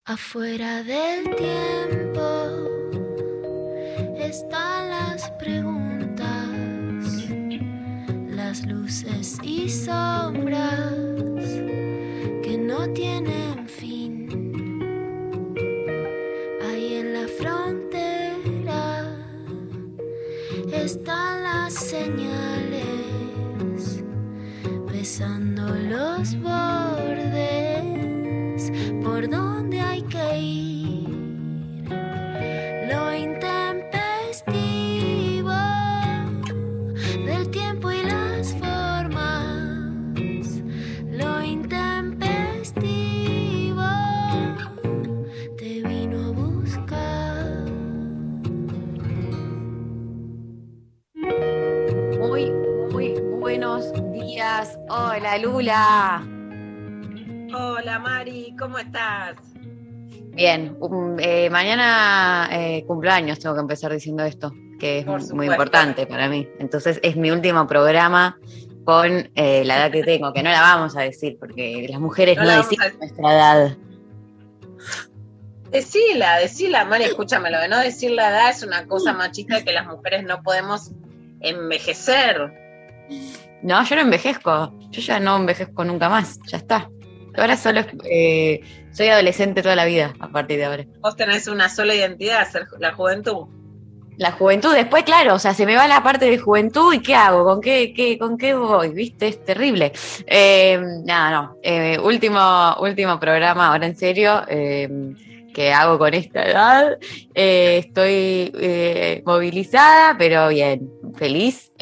Afuera del tiempo están las preguntas, las luces y sombras que no tienen fin. Ahí en la frontera están las señales, besando los bordes por donde hay que ir. Lo intempestivo del tiempo y las formas. Lo intempestivo te vino a buscar. Muy buenos días. Hola, Lula. Hola Mari, ¿cómo estás? Bien, mañana cumpleaños, tengo que empezar diciendo esto, que es muy importante para mí. Entonces es mi último programa con la edad que tengo, que no la vamos a decir, porque las mujeres no decimos nuestra edad. Decila, Mari, escúchame, lo de no decir la edad es una cosa machista que las mujeres no podemos envejecer. No, yo no envejezco, yo ya no envejezco nunca más, ya está. Ahora solo soy adolescente toda la vida, a partir de ahora. Vos tenés una sola identidad, ser la juventud. La juventud, después, claro, o sea, se me va la parte de juventud y ¿qué hago? ¿Con qué voy? ¿Viste? Es terrible. Último programa, ahora en serio, que hago con esta edad. Estoy movilizada, pero bien, feliz.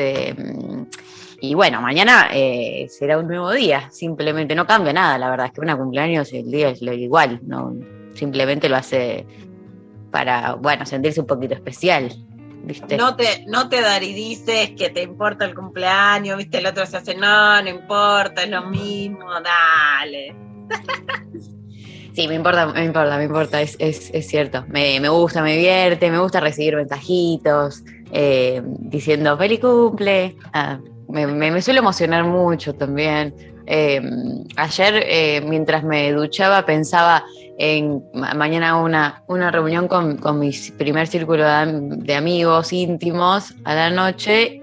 Y bueno, mañana será un nuevo día, simplemente no cambia nada, la verdad es que una cumpleaños el día es lo igual, no, simplemente lo hace para, bueno, sentirse un poquito especial, ¿viste? No te daridices que te importa el cumpleaños, ¿viste? El otro se hace, no importa, es lo mismo, dale. Sí, me importa, es cierto, me gusta, me divierte, me gusta recibir mensajitos diciendo feliz cumple. Me suelo emocionar mucho también. Ayer, mientras me duchaba, pensaba en mañana una reunión con mi primer círculo de amigos íntimos a la noche,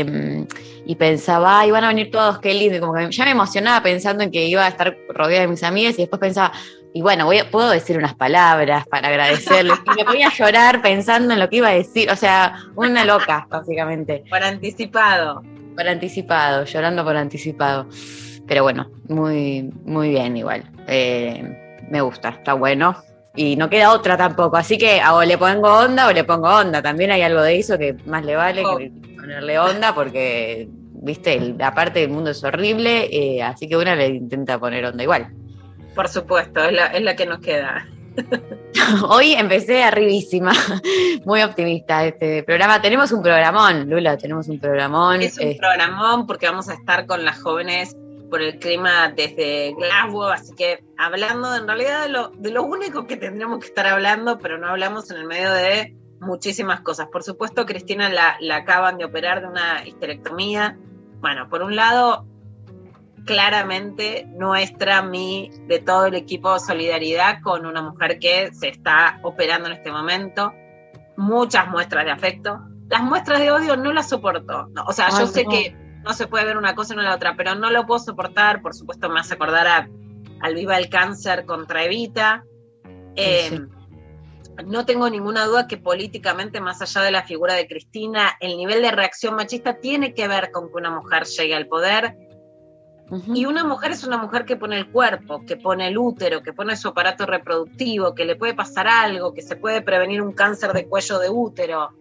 y pensaba, van a venir todos, qué lindo, y como que ya me emocionaba pensando en que iba a estar rodeada de mis amigas, y después pensaba, y bueno, puedo decir unas palabras para agradecerles, y me ponía a llorar pensando en lo que iba a decir, o sea, una loca, básicamente. Por anticipado. Llorando por anticipado. Pero bueno, muy bien igual. Me gusta, está bueno. Y no queda otra tampoco. Así que o le pongo onda. También hay algo de eso que más le vale que ponerle onda porque, viste, la parte del mundo es horrible. Así que una le intenta poner onda igual. Por supuesto, es la que nos queda. Hoy empecé arribísima, muy optimista este programa. Tenemos un programón, Lula, tenemos un programón. Es un programón porque vamos a estar con las jóvenes por el clima desde Glasgow, así que hablando en realidad de lo único que tendríamos que estar hablando, pero no hablamos en el medio de muchísimas cosas. Por supuesto, Cristina la acaban de operar de una histerectomía. Bueno, por un lado, claramente de todo el equipo solidaridad con una mujer que se está operando en este momento. Muchas muestras de afecto. Las muestras de odio no las soporto. No, o sea, yo sé que no se puede ver una cosa y no la otra, pero no lo puedo soportar. Por supuesto, me hace acordar al Viva el Cáncer contra Evita. Sí. No tengo ninguna duda que políticamente, más allá de la figura de Cristina, el nivel de reacción machista tiene que ver con que una mujer llegue al poder. Uh-huh. Y una mujer es una mujer que pone el cuerpo, que pone el útero, que pone su aparato reproductivo, que le puede pasar algo, que se puede prevenir un cáncer de cuello de útero.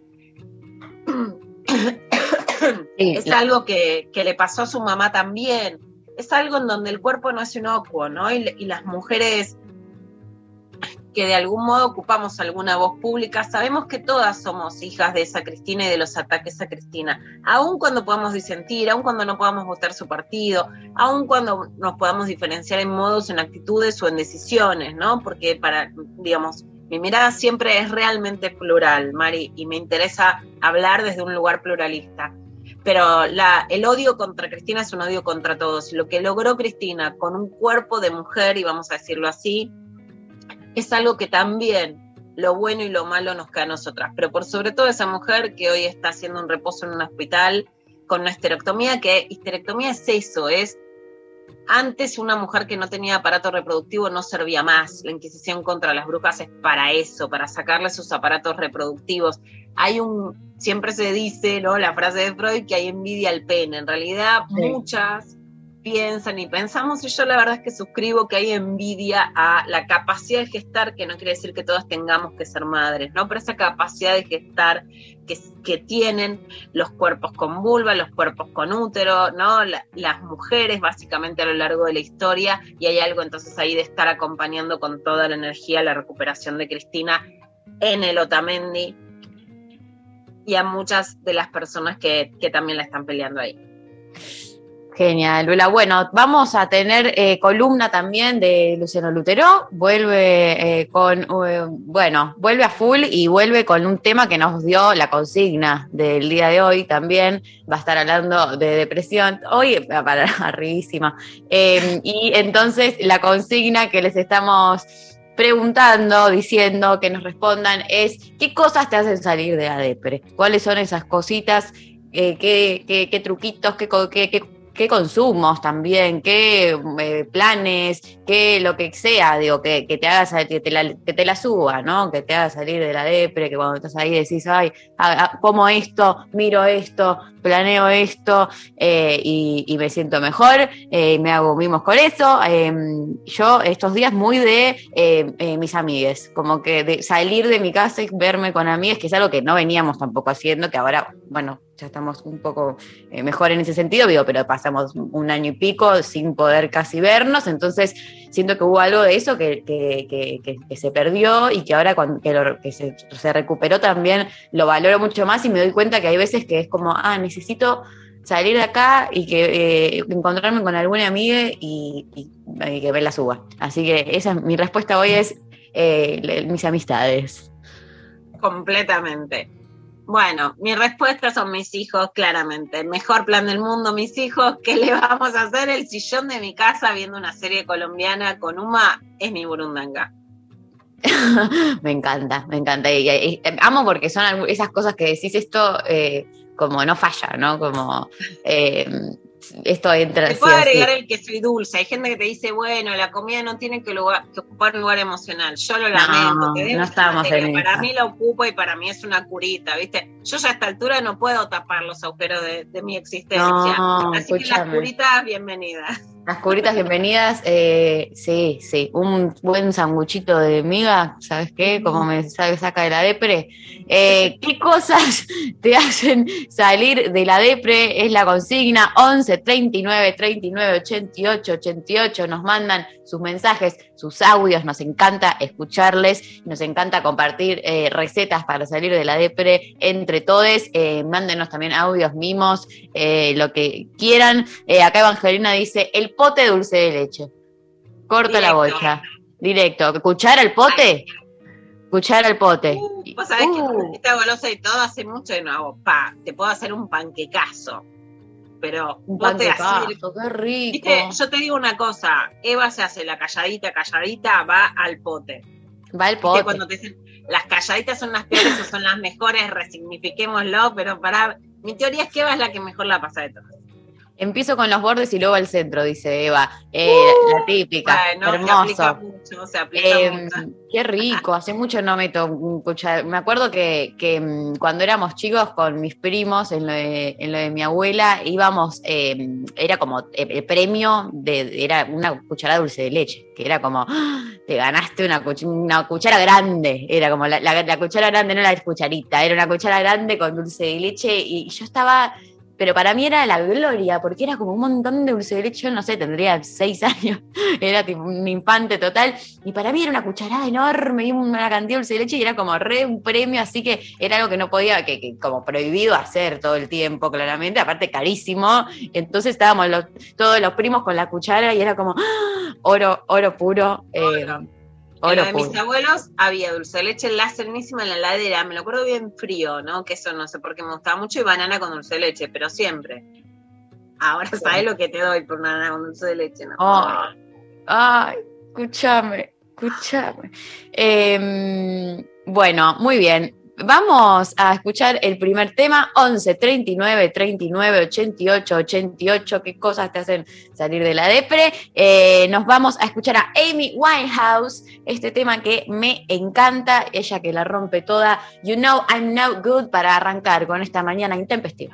Sí, es algo que le pasó a su mamá también. Es algo en donde el cuerpo no es inocuo, ¿no? Y las mujeres que de algún modo ocupamos alguna voz pública, sabemos que todas somos hijas de esa Cristina y de los ataques a Cristina, aun cuando podamos disentir, aun cuando no podamos votar su partido, aun cuando nos podamos diferenciar en modos, en actitudes o en decisiones, ¿no? Porque mi mirada siempre es realmente plural, Mari, y me interesa hablar desde un lugar pluralista. Pero el odio contra Cristina es un odio contra todos. Lo que logró Cristina con un cuerpo de mujer, y vamos a decirlo así, es algo que también lo bueno y lo malo nos cae a nosotras, pero por sobre todo esa mujer que hoy está haciendo un reposo en un hospital con una histerectomía, que histerectomía es eso, es antes una mujer que no tenía aparato reproductivo no servía más. La Inquisición contra las brujas es para eso, para sacarle sus aparatos reproductivos. Siempre se dice, ¿no?, la frase de Freud, que hay envidia al pene. En realidad, muchas piensan y pensamos, y yo la verdad es que suscribo que hay envidia a la capacidad de gestar, que no quiere decir que todas tengamos que ser madres, ¿no? Pero esa capacidad de gestar que tienen los cuerpos con vulva, los cuerpos con útero, ¿no? Las mujeres básicamente a lo largo de la historia, y hay algo entonces ahí de estar acompañando con toda la energía la recuperación de Cristina en el Otamendi y a muchas de las personas que también la están peleando ahí. Genial, Lula. Bueno, vamos a tener columna también de Luciano Lutero. Vuelve vuelve a full y vuelve con un tema que nos dio la consigna del día de hoy también. Va a estar hablando de depresión. Hoy va para arribísima. Y entonces la consigna que les estamos preguntando, diciendo que nos respondan es: ¿qué cosas te hacen salir de la depre? ¿Cuáles son esas cositas? ¿Qué truquitos? ¿Qué consumos también? ¿Qué planes? ¿Qué lo que sea? Digo, que te haga salir, que te la suba, ¿no? Que te haga salir de la depre, que cuando estás ahí decís, ay, como esto, miro esto, planeo esto, y me siento mejor, me hago mimos con eso. Yo estos días muy de mis amigues, como que de salir de mi casa y verme con amigas, que es algo que no veníamos tampoco haciendo, que ahora, bueno, ya estamos un poco mejor en ese sentido, digo, pero pasamos un año y pico sin poder casi vernos, entonces siento que hubo algo de eso que se perdió y que ahora que se recuperó también lo valoro mucho más y me doy cuenta que hay veces que es como, necesito salir de acá y que encontrarme con alguna amiga y que me la suba. Así que esa es mi respuesta hoy, es mis amistades. Completamente. Bueno, mi respuesta son mis hijos, claramente. El mejor plan del mundo, mis hijos. ¿Qué le vamos a hacer? El sillón de mi casa viendo una serie colombiana con Uma es mi burundanga. Me encanta. Y amo porque son esas cosas que decís esto como no falla, ¿no? Como esto entra. Te puedo agregar el que soy dulce. Hay gente que te dice, bueno, la comida no tiene que ocupar un lugar emocional. Yo lo lamento. No estamos en para mí la ocupo y para mí es una curita, ¿viste? Yo ya a esta altura no puedo tapar los agujeros de mi existencia. Así que las curitas, bienvenidas. Las curitas, bienvenidas. Sí, un buen sanguchito de miga, ¿sabes qué? Como me saca de la depre. ¿Qué cosas te hacen salir de la depre? Es la consigna. 11 39 39 88 88. Nos mandan sus mensajes, sus audios. Nos encanta escucharles. Nos encanta compartir recetas para salir de la depre entre todos. Mándenos también audios, mimos, lo que quieran. Acá Evangelina dice: el pote de dulce de leche. Corta directo. La bolsa. Directo. ¿Cuchara el pote? Cuchara el pote. Vos sabés que esta golosa y todo hace mucho que no hago. Te puedo hacer un panquecazo. Pero un panquecazo, qué rico. ¿Viste? Yo te digo una cosa. Eva se hace la calladita, va al pote. Va al pote. Cuando te dicen, las calladitas son las peores o son las mejores, resignifiquémoslo, pero mi teoría es que Eva es la que mejor la pasa de todas. Empiezo con los bordes y luego al centro, dice Eva. La típica, bueno, hermoso. Se aplica mucho. Qué rico, hace mucho no meto un cuchara. Me acuerdo que cuando éramos chicos con mis primos, en lo de mi abuela, íbamos, era como el premio, era una cucharada dulce de leche, que era como, te ganaste una cuchara grande, era como la cuchara grande, no la cucharita, era una cuchara grande con dulce de leche y yo estaba... Pero para mí era la gloria, porque era como un montón de dulce de leche. Yo no sé, tendría 6 años, era tipo un infante total. Y para mí era una cucharada enorme y una cantidad de dulce de leche y era como un premio, así que era algo que no podía, que como prohibido hacer todo el tiempo, claramente, aparte carísimo. Entonces estábamos todos los primos con la cuchara y era como oro puro. En lo de mis abuelos había dulce de leche, la serenísima en la heladera, me lo acuerdo bien frío, ¿no? Que eso no sé por qué me gustaba mucho, y banana con dulce de leche, pero siempre. Ahora sabes lo que te doy por una banana con dulce de leche, ¿no? Ay, escúchame. Escuchame. Bueno, muy bien. Vamos a escuchar el primer tema, 11 39 39 88 88. ¿Qué cosas te hacen salir de la depre? Nos vamos a escuchar a Amy Winehouse, este tema que me encanta, ella que la rompe toda. You Know I'm No Good, para arrancar con esta mañana intempestiva.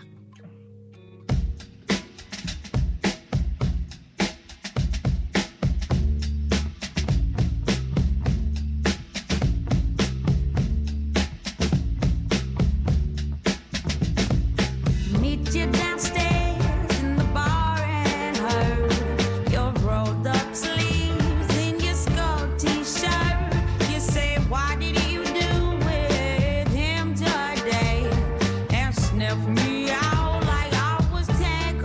Me out like I was 10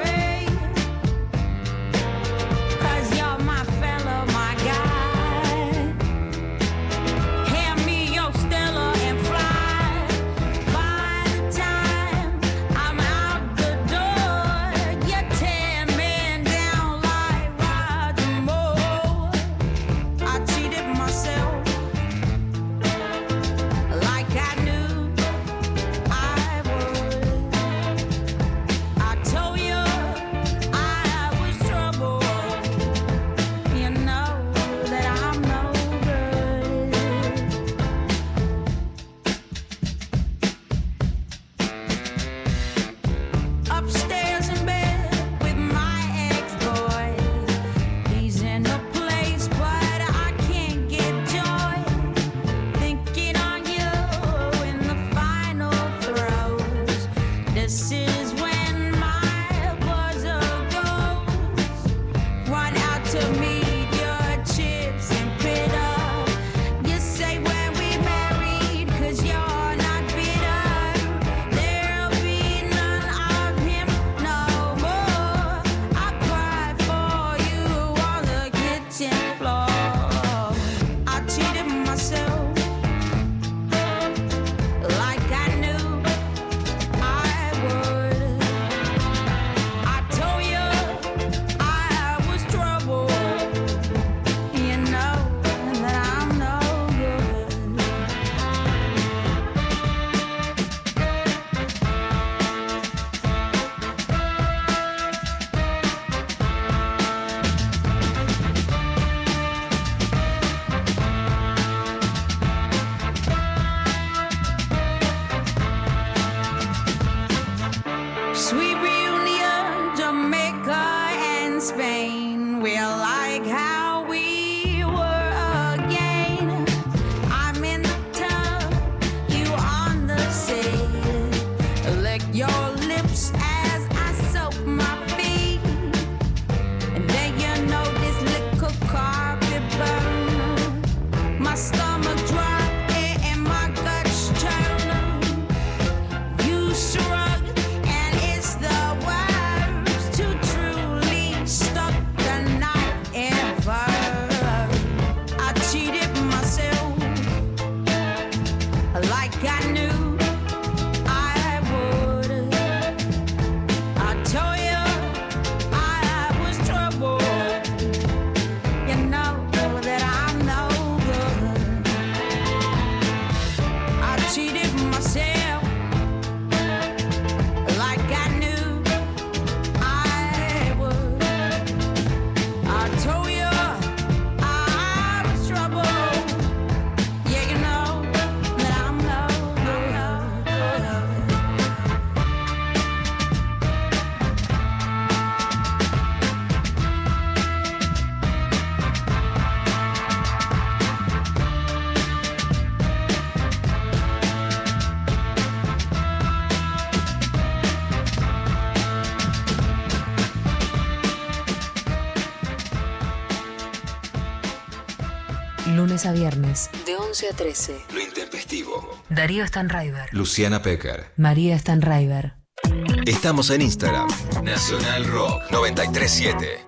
Lunes a viernes, de 11 a 13. Lo intempestivo. Darío Stanraiver. Luciana Pecker. María Stanraiver. Estamos en Instagram. Nacional Rock 937.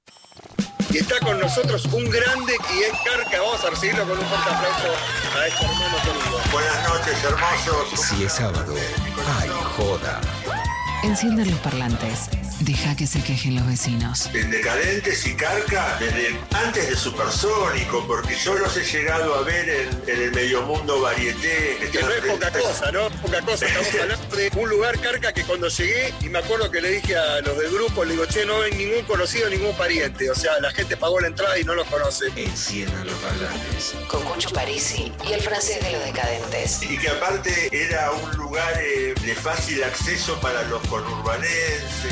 Y está con nosotros un grande y es Carca. Vamos a recibirlo con un fuerte aplauso a este hermano querido. Buenas noches, hermosos. Si es sábado, hay joda. Enciendan los parlantes Deja que se quejen los vecinos. En Decadentes y Carca, desde antes de Supersónico, porque yo los he llegado a ver en el Mediomundo Varieté. Que no es poca cosa, ¿no? Poca cosa. Estamos hablando de un lugar, Carca, que cuando llegué, y me acuerdo que le dije a los del grupo, le digo, che, no ven ningún conocido, ningún pariente. O sea, la gente pagó la entrada y no los conoce. Enciendan los parlantes. Con Cucho Parisi y el francés de los decadentes. Y que aparte era un lugar de fácil acceso para los conurbanenses.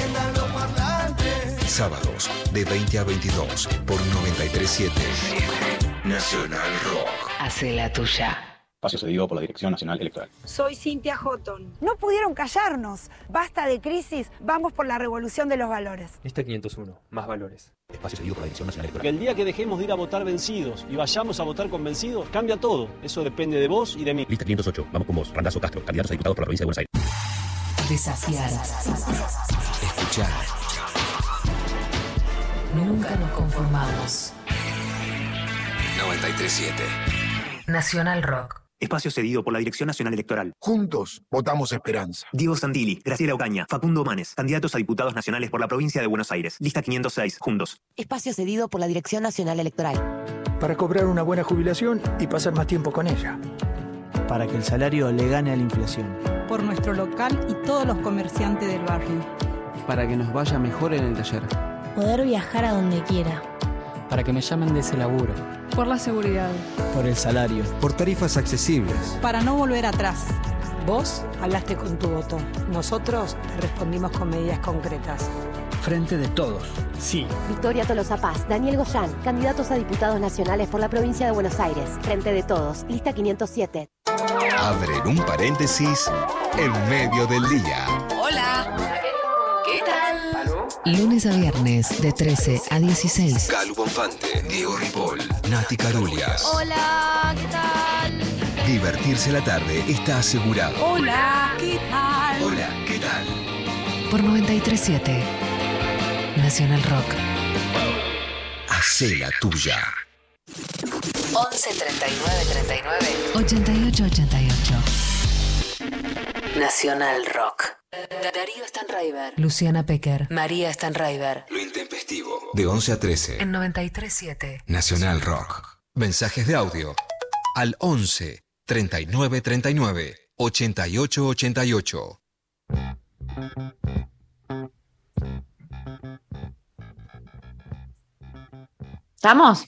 Sábados de 20 a 22 por 93.7 Nacional Rock. Hace la tuya. Espacio cedido por la Dirección Nacional Electoral. Soy Cintia Houghton. No pudieron callarnos. Basta de crisis, vamos por la revolución de los valores. Lista 501, más valores. Espacio cedido por la Dirección Nacional Electoral. Que el día que dejemos de ir a votar vencidos y vayamos a votar convencidos, cambia todo. Eso depende de vos y de mí. Lista 508, vamos con vos, Randazzo Castro, candidatos a diputados por la provincia de Buenos Aires. Desafiar. Escuchar. Nunca nos conformamos. 93.7 Nacional Rock. Espacio cedido por la Dirección Nacional Electoral. Juntos votamos esperanza. Diego Santilli, Graciela Ocaña, Facundo Manes, candidatos a diputados nacionales por la provincia de Buenos Aires. Lista 506, juntos. Espacio cedido por la Dirección Nacional Electoral. Para cobrar una buena jubilación y pasar más tiempo con ella. Para que el salario le gane a la inflación. Por nuestro local y todos los comerciantes del barrio. Para que nos vaya mejor en el taller. Poder viajar a donde quiera. Para que me llamen de ese laburo. Por la seguridad. Por el salario. Por tarifas accesibles. Para no volver atrás. Vos hablaste con tu voto. Nosotros te respondimos con medidas concretas. Frente de todos. Sí. Victoria Tolosa Paz, Daniel Goyán, candidatos a diputados nacionales por la provincia de Buenos Aires. Frente de todos. Lista 507. Abren un paréntesis en medio del día. Hola. ¿Qué tal? Lunes a viernes de 13 a 16. Calu Bonfante, Diego Ripoll, Nati Carulias. Hola, ¿qué tal? Divertirse la tarde está asegurado. Hola, ¿qué tal? Hola, ¿qué tal? Por 93.7 Nacional Rock. Hacé la tuya. 11 39 39 88 88. Nacional Rock. Darío Stanraiver, Luciana Pecker, María Stanraiver. Lo intempestivo. De 11 a 13. En 93.7 Nacional Rock. Mensajes de audio al 11 39 39 88 88. ¿Estamos?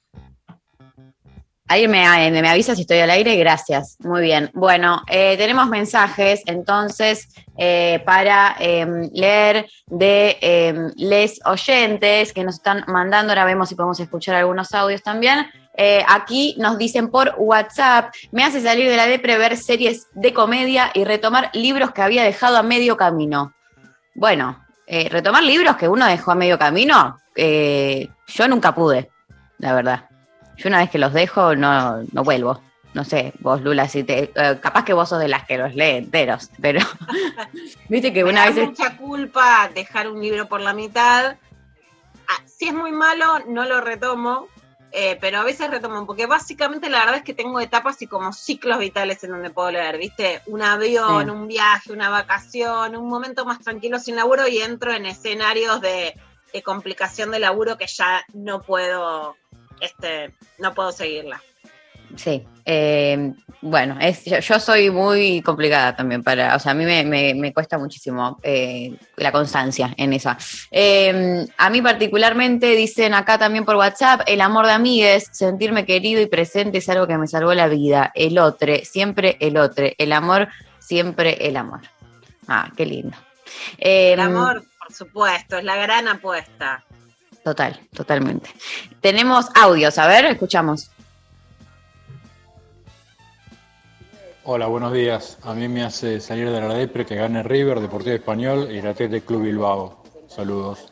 Ahí me avisa si estoy al aire, gracias. Muy bien. Bueno, tenemos mensajes, entonces, para leer de les oyentes que nos están mandando. Ahora vemos si podemos escuchar algunos audios también. Aquí nos dicen por WhatsApp: me hace salir de la depre ver series de comedia y retomar libros que había dejado a medio camino. Bueno, retomar libros que uno dejó a medio camino, yo nunca pude, la verdad. Yo una vez que los dejo, no vuelvo. No sé, vos, Lula, si capaz que vos sos de las que los lee enteros, pero viste que una vez... Me da mucha culpa dejar un libro por la mitad. Si es muy malo, no lo retomo, pero a veces retomo, porque básicamente la verdad es que tengo etapas y como ciclos vitales en donde puedo leer, ¿viste? Un avión, un viaje, una vacación, un momento más tranquilo sin laburo y entro en escenarios de complicación de laburo que ya no puedo seguirla. Sí, bueno, yo soy muy complicada también o sea, a mí me cuesta muchísimo la constancia en esa. A mí particularmente, dicen acá también por WhatsApp, el amor de amigues, sentirme querido y presente es algo que me salvó la vida. El otro, siempre el otro. El amor, siempre el amor. Ah, qué lindo. El amor, por supuesto, es la gran apuesta. Totalmente. Tenemos audios, a ver, escuchamos. Hola, buenos días. A mí me hace salir de la depre que gane River, Deportivo Español y la Tete Club Bilbao. Saludos.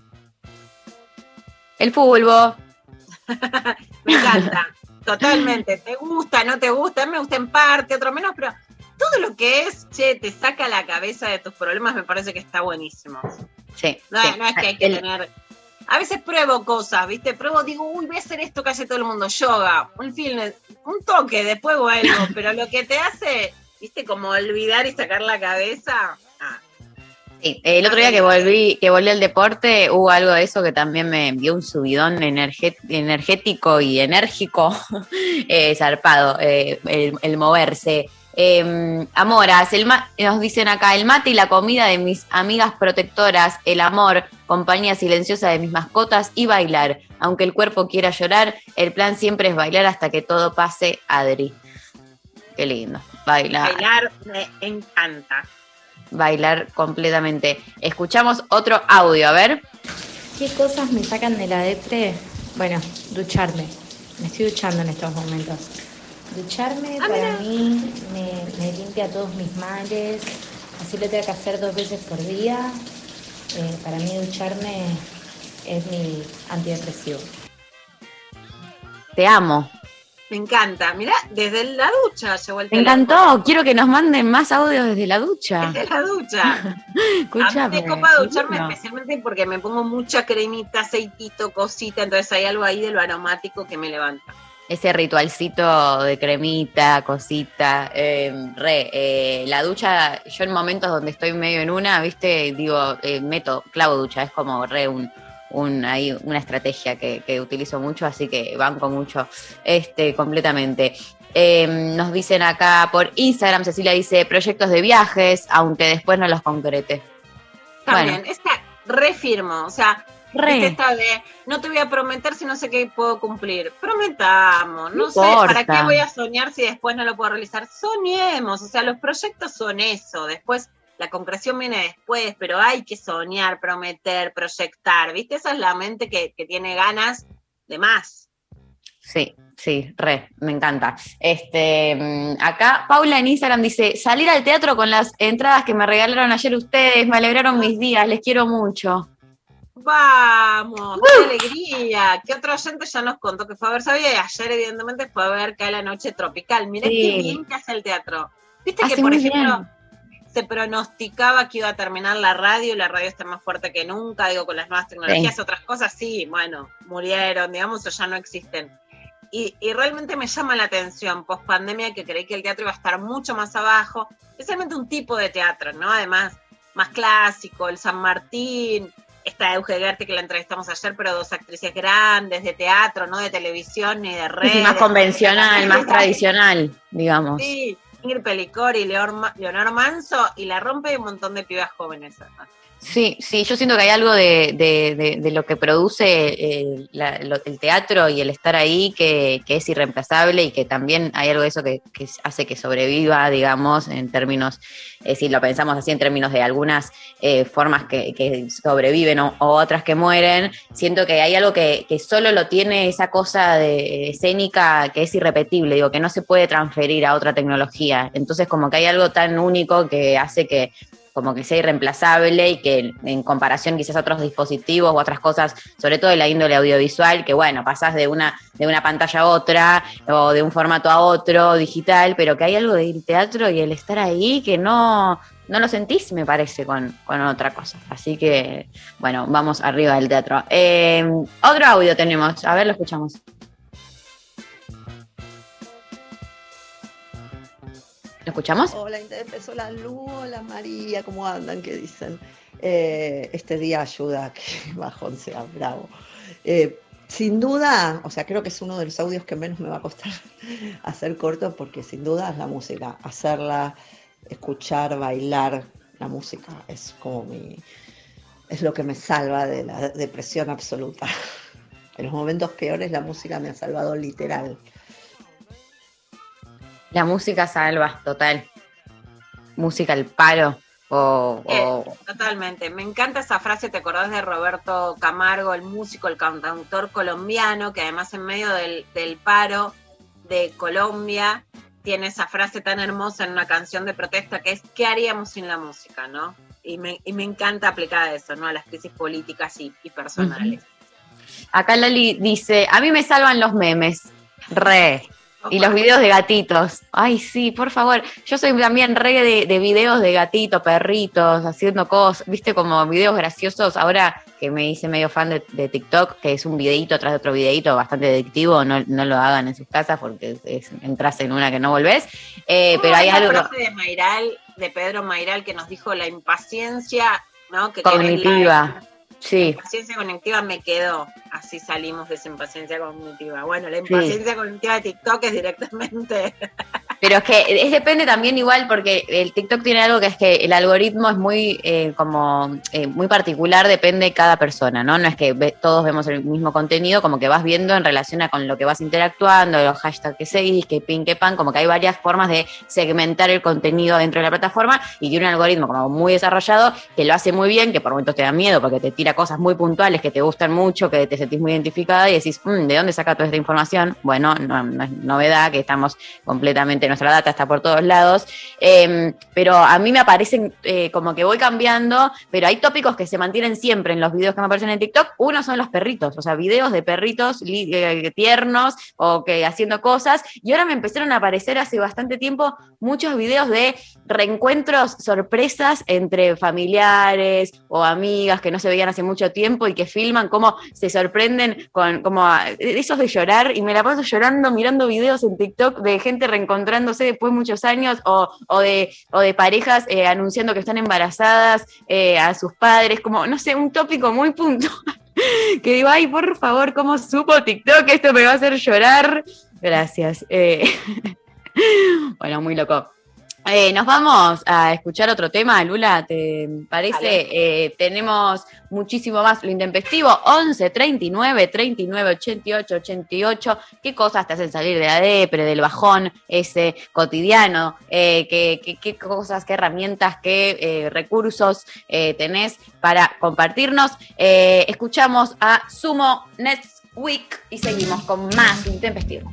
El fútbol. Me encanta, totalmente. ¿Te gusta, no te gusta? Me gusta en parte, otro menos, pero todo lo que es, te saca la cabeza de tus problemas, me parece que está buenísimo. Sí. No es que hay que tener... A veces pruebo cosas, ¿viste? Digo, voy a hacer esto que hace todo el mundo, yoga, un fitness, un toque, después vuelvo, pero lo que te hace, ¿viste? Como olvidar y sacar la cabeza. Sí, el otro día que volví al deporte, hubo algo de eso que también me dio un subidón energético y enérgico, zarpado, el moverse. Amoras, nos dicen acá, el mate y la comida de mis amigas protectoras, el amor, compañía silenciosa de mis mascotas y bailar. Aunque el cuerpo quiera llorar, el plan siempre es bailar hasta que todo pase, Adri. Qué lindo, bailar. Bailar me encanta. Bailar completamente. Escuchamos otro audio, a ver. ¿Qué cosas me sacan de la depre? Bueno, ducharme. Me estoy duchando en estos momentos. Ducharme para mí me limpia todos mis males. Así lo tengo que hacer 2 veces por día. Para mí ducharme es mi antidepresivo. Te amo. Me encanta. Mirá, desde la ducha llegó el teléfono. Me encantó. Quiero que nos manden más audios desde la ducha. Desde la ducha. Escúchame. A mí me copa ducharme especialmente porque me pongo mucha cremita, aceitito, cosita. Entonces hay algo ahí de lo aromático que me levanta. Ese ritualcito de cremita, cosita, la ducha, yo en momentos donde estoy medio en una, viste, digo, clavo ducha, es como hay una estrategia que utilizo mucho, así que banco mucho completamente. Nos dicen acá por Instagram, Cecilia dice, proyectos de viajes, aunque después no los concrete. También, esta refirmo, o sea, esta de no te voy a prometer si no sé qué puedo cumplir. Prometamos, no sé, ¿para qué voy a soñar si después no lo puedo realizar? Soñemos, o sea, los proyectos son eso, después la concreción viene después, pero hay que soñar, prometer, proyectar, ¿viste? Esa es la mente que tiene ganas de más. Sí, me encanta. Acá Paula en Instagram dice, salir al teatro con las entradas que me regalaron ayer ustedes, me alegraron mis días, les quiero mucho. ¡Vamos! ¡Qué alegría! ¿Qué otro oyente ya nos contó que fue a ver? Sabía, y ayer evidentemente fue a ver Cae la Noche Tropical. Mirá qué bien que hace el teatro. Viste que, por ejemplo, se pronosticaba que iba a terminar la radio está más fuerte que nunca, digo, con las nuevas tecnologías, otras cosas sí, bueno, murieron, digamos, o ya no existen. Y realmente me llama la atención, post pandemia, que creí que el teatro iba a estar mucho más abajo, especialmente un tipo de teatro, ¿no? Además, más clásico, el San Martín, esta Euge Gerte que la entrevistamos ayer, pero 2 actrices grandes de teatro, no de televisión ni de redes. Sí, más convencional, más tradicional, digamos. Sí, Ingrid Pelicor y Leonor Manso, y la rompe un montón de pibas jóvenes, además. Sí, yo siento que hay algo de lo que produce el teatro y el estar ahí que es irreemplazable y que también hay algo de eso que hace que sobreviva, digamos, en términos, si lo pensamos así, en términos de algunas formas que sobreviven o otras que mueren. Siento que hay algo que solo lo tiene esa cosa de escénica que es irrepetible, digo, que no se puede transferir a otra tecnología. Entonces como que hay algo tan único que hace que como que sea irreemplazable y que en comparación quizás a otros dispositivos u otras cosas, sobre todo de la índole audiovisual, que bueno, pasás de una pantalla a otra o de un formato a otro digital, pero que hay algo del teatro y el estar ahí que no lo sentís, me parece, con otra cosa. Así que, bueno, vamos arriba del teatro. Otro audio tenemos, a ver, lo escuchamos. ¿Lo escuchamos? Hola, empezó la Lu, hola María, ¿cómo andan? ¿Qué dicen? Este día ayuda, que bajón sea bravo. Sin duda, o sea, creo que es uno de los audios que menos me va a costar hacer corto, porque sin duda es la música, hacerla, escuchar, bailar, la música es como es lo que me salva de la depresión absoluta. En los momentos peores la música me ha salvado literal. La música salva, total. Música al palo. Totalmente. Me encanta esa frase, ¿te acordás de Roberto Camargo, el músico, el cantautor colombiano, que además en medio del paro de Colombia tiene esa frase tan hermosa en una canción de protesta que es ¿qué haríamos sin la música? ¿No? Y me encanta aplicar eso, ¿no? A las crisis políticas y personales. Acá Lali dice, a mí me salvan los memes. Y los videos de gatitos. Ay, sí, por favor. Yo soy también de videos de gatitos, perritos, haciendo cosas, viste, como videos graciosos. Ahora que me hice medio fan de TikTok, que es un videíto atrás de otro videíto bastante adictivo, no lo hagan en sus casas porque entras en una que no volvés. Pero hay algo... La frase de Pedro Mayral, que nos dijo la impaciencia ¿no? Que cognitiva. Sí. La impaciencia cognitiva me quedó, así salimos de esa impaciencia cognitiva. Bueno, la impaciencia cognitiva de TikTok es directamente... Pero es que depende también igual, porque el TikTok tiene algo que es que el algoritmo es muy muy particular, depende de cada persona, ¿no? No es que todos vemos el mismo contenido, como que vas viendo en relación a con lo que vas interactuando, los hashtags que seguís, que pin, que pan, como que hay varias formas de segmentar el contenido dentro de la plataforma, y tiene un algoritmo como muy desarrollado que lo hace muy bien, que por momentos te da miedo porque te tira cosas muy puntuales que te gustan mucho, que te sentís muy identificada y decís, ¿de dónde saca toda esta información? Bueno, no es novedad que estamos completamente, nuestra data está por todos lados, pero a mí me aparecen como que voy cambiando, pero hay tópicos que se mantienen siempre en los videos que me aparecen en TikTok. Uno son los perritos, o sea, videos de perritos tiernos o que haciendo cosas, y ahora me empezaron a aparecer hace bastante tiempo muchos videos de reencuentros, sorpresas entre familiares o amigas que no se veían hace mucho tiempo y que filman cómo se sorprenden con esos de llorar, y me la paso llorando mirando videos en TikTok de gente reencontrándose después de muchos años o de parejas anunciando que están embarazadas a sus padres, como, no sé, un tópico muy puntual que digo, ay, por favor, ¿cómo supo TikTok? Esto me va a hacer llorar. Gracias. Bueno, muy loco. Nos vamos a escuchar otro tema, Lula, ¿te parece? Tenemos muchísimo más lo intempestivo, 11 39 39 88 88. ¿Qué cosas te hacen salir de la depre, del bajón ese cotidiano? ¿Qué cosas, qué herramientas, qué recursos tenés para compartirnos? Escuchamos a Sumo Next Week y seguimos con más lo intempestivo.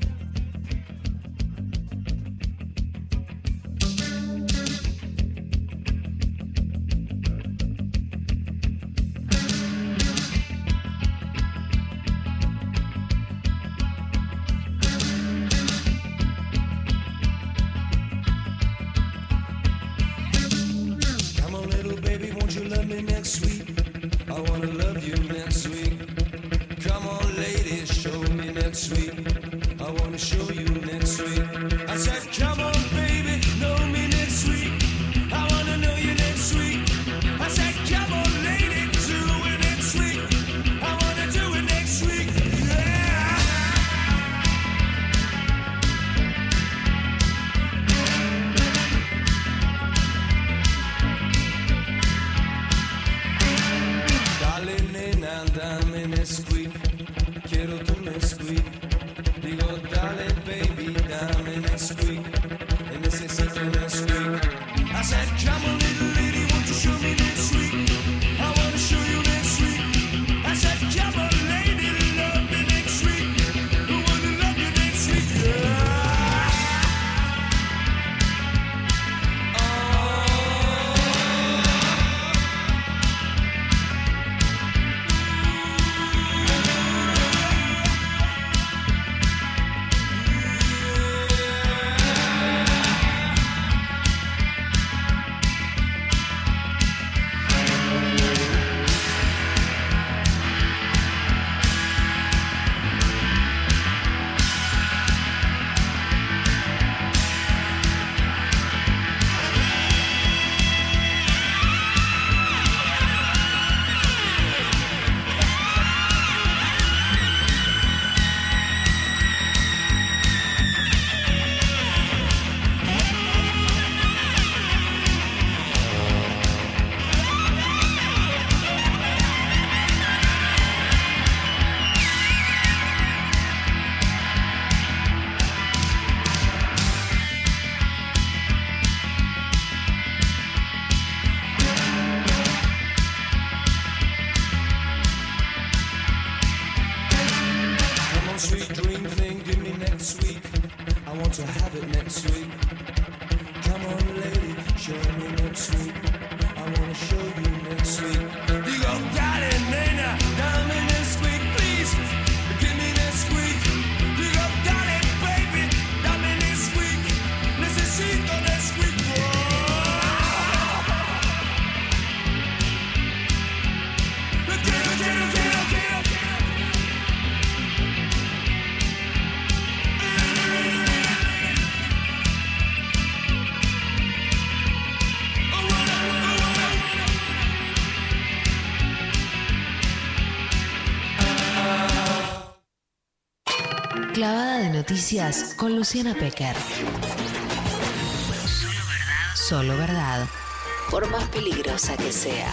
Noticias con Luciana Pecker. Solo verdad. Por más peligrosa que sea.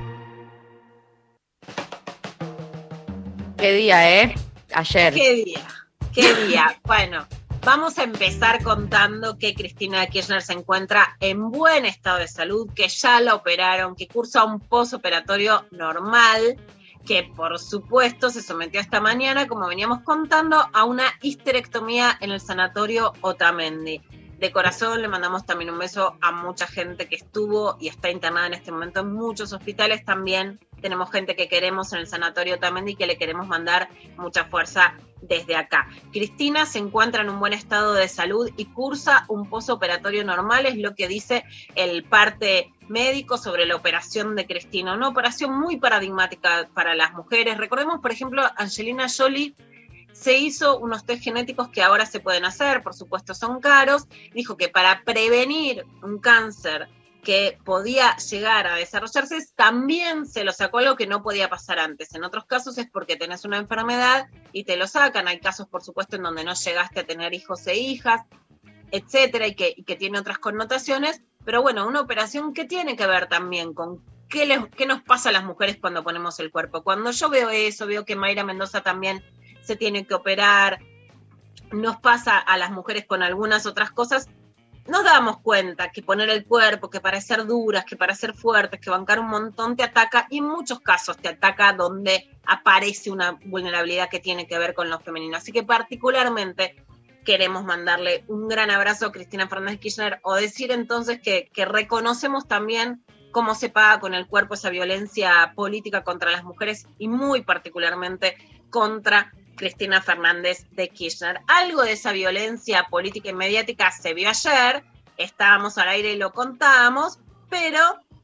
Qué día, ¿eh? Ayer. Qué día. Bueno, vamos a empezar contando que Cristina Kirchner se encuentra en buen estado de salud, que ya la operaron, que cursa un postoperatorio normal, que por supuesto se sometió esta mañana, como veníamos contando, a una histerectomía en el sanatorio Otamendi. De corazón le mandamos también un beso a mucha gente que estuvo y está internada en este momento en muchos hospitales. También tenemos gente que queremos en el sanatorio Otamendi y que le queremos mandar mucha fuerza desde acá. Cristina se encuentra en un buen estado de salud y cursa un postoperatorio normal, es lo que dice el parte médico sobre la operación de Cristina. Una operación muy paradigmática para las mujeres. Recordemos, por ejemplo, Angelina Jolie se hizo unos test genéticos que ahora se pueden hacer, por supuesto son caros. Dijo que para prevenir un cáncer que podía llegar a desarrollarse, también se lo sacó, algo que no podía pasar antes. En otros casos es porque tenés una enfermedad y te lo sacan. Hay casos, por supuesto, en donde no llegaste a tener hijos e hijas, etcétera, y que tiene otras connotaciones. Pero bueno, una operación que tiene que ver también con qué nos pasa a las mujeres cuando ponemos el cuerpo. Cuando yo veo eso, veo que Mayra Mendoza también se tiene que operar, nos pasa a las mujeres con algunas otras cosas, nos damos cuenta que poner el cuerpo, que para ser duras, que para ser fuertes, que bancar un montón te ataca, y en muchos casos te ataca donde aparece una vulnerabilidad que tiene que ver con lo femenino. Así que particularmente queremos mandarle un gran abrazo a Cristina Fernández Kirchner, o decir entonces que reconocemos también cómo se paga con el cuerpo esa violencia política contra las mujeres, y muy particularmente contra Cristina Fernández de Kirchner. Algo de esa violencia política y mediática se vio ayer, estábamos al aire y lo contábamos, pero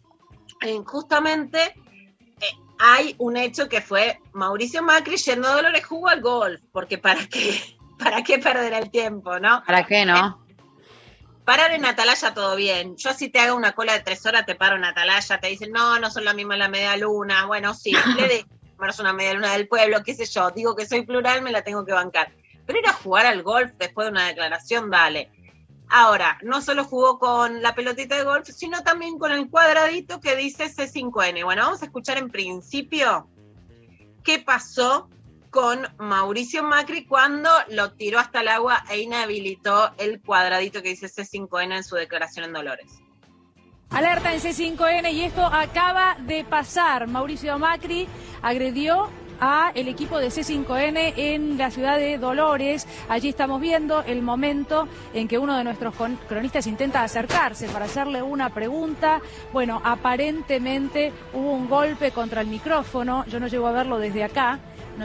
justamente hay un hecho que fue Mauricio Macri yendo a Dolores Jugo al golf, porque ¿para qué perder el tiempo, no? ¿Para qué no? Parar en Atalaya todo bien. Yo si te hago una cola de 3 horas te paro en Atalaya, te dicen no son la misma la media luna, bueno sí, le de una media luna del pueblo, qué sé yo, digo que soy plural, me la tengo que bancar. Pero ir a jugar al golf después de una declaración, dale. Ahora, no solo jugó con la pelotita de golf, sino también con el cuadradito que dice C5N. Bueno, vamos a escuchar en principio qué pasó con Mauricio Macri cuando lo tiró hasta el agua e inhabilitó el cuadradito que dice C5N en su declaración en Dolores. Alerta en C5N y esto acaba de pasar. Mauricio Macri agredió a el equipo de C5N en la ciudad de Dolores. Allí estamos viendo el momento en que uno de nuestros cronistas intenta acercarse para hacerle una pregunta. Bueno, aparentemente hubo un golpe contra el micrófono. Yo no llego a verlo desde acá.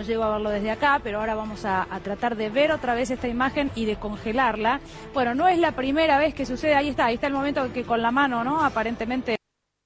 Pero ahora vamos a tratar de ver otra vez esta imagen y de congelarla. Bueno, no es la primera vez que sucede, ahí está el momento en que con la mano, ¿no? Aparentemente.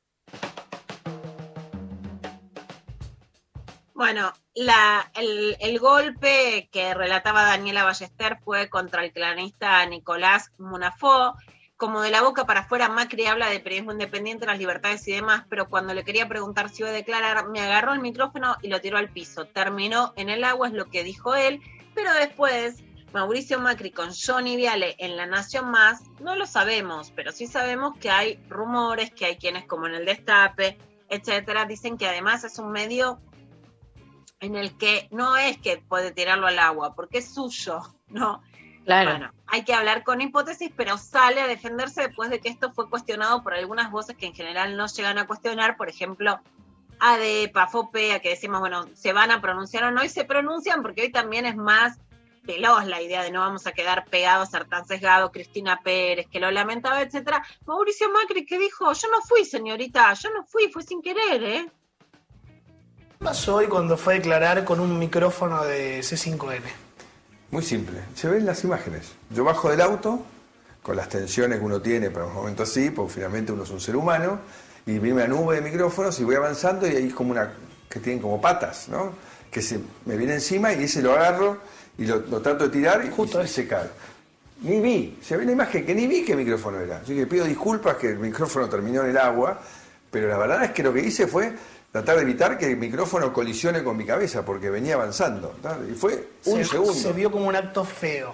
Bueno, el golpe que relataba Daniela Ballester fue contra el cronista Nicolás Munafó. Como de la boca para afuera, Macri habla de periodismo independiente, las libertades y demás, pero cuando le quería preguntar si iba a declarar, me agarró el micrófono y lo tiró al piso. Terminó en el agua, es lo que dijo él, pero después Mauricio Macri con Johnny Viale en La Nación Más, no lo sabemos, pero sí sabemos que hay rumores, que hay quienes como en el Destape, etcétera, dicen que además es un medio en el que no es que puede tirarlo al agua, porque es suyo, ¿no? Claro. Bueno, hay que hablar con hipótesis, pero sale a defenderse después de que esto fue cuestionado por algunas voces que en general no llegan a cuestionar, por ejemplo, ADEPA, FOPEA, que decimos, bueno, se van a pronunciar o no, y se pronuncian porque hoy también es más veloz la idea de no vamos a quedar pegados, ser tan sesgados, Cristina Pérez, que lo lamentaba, etcétera. Mauricio Macri, que dijo, yo no fui, señorita, fue sin querer, ¿eh? ¿Qué pasó hoy cuando fue a declarar con un micrófono de C5N? Muy simple, se ven las imágenes. Yo bajo del auto, con las tensiones que uno tiene para un momento así, porque finalmente uno es un ser humano, y viene una nube de micrófonos y voy avanzando y ahí es como que tienen como patas, ¿no? Que me viene encima y ese lo agarro y lo trato de tirar y se cae. Ni vi, se ve una imagen que ni vi qué micrófono era. Así que pido disculpas que el micrófono terminó en el agua, pero la verdad es que lo que hice fue tratar de evitar que el micrófono colisione con mi cabeza, porque venía avanzando, ¿no? Y fue un segundo. Se vio como un acto feo.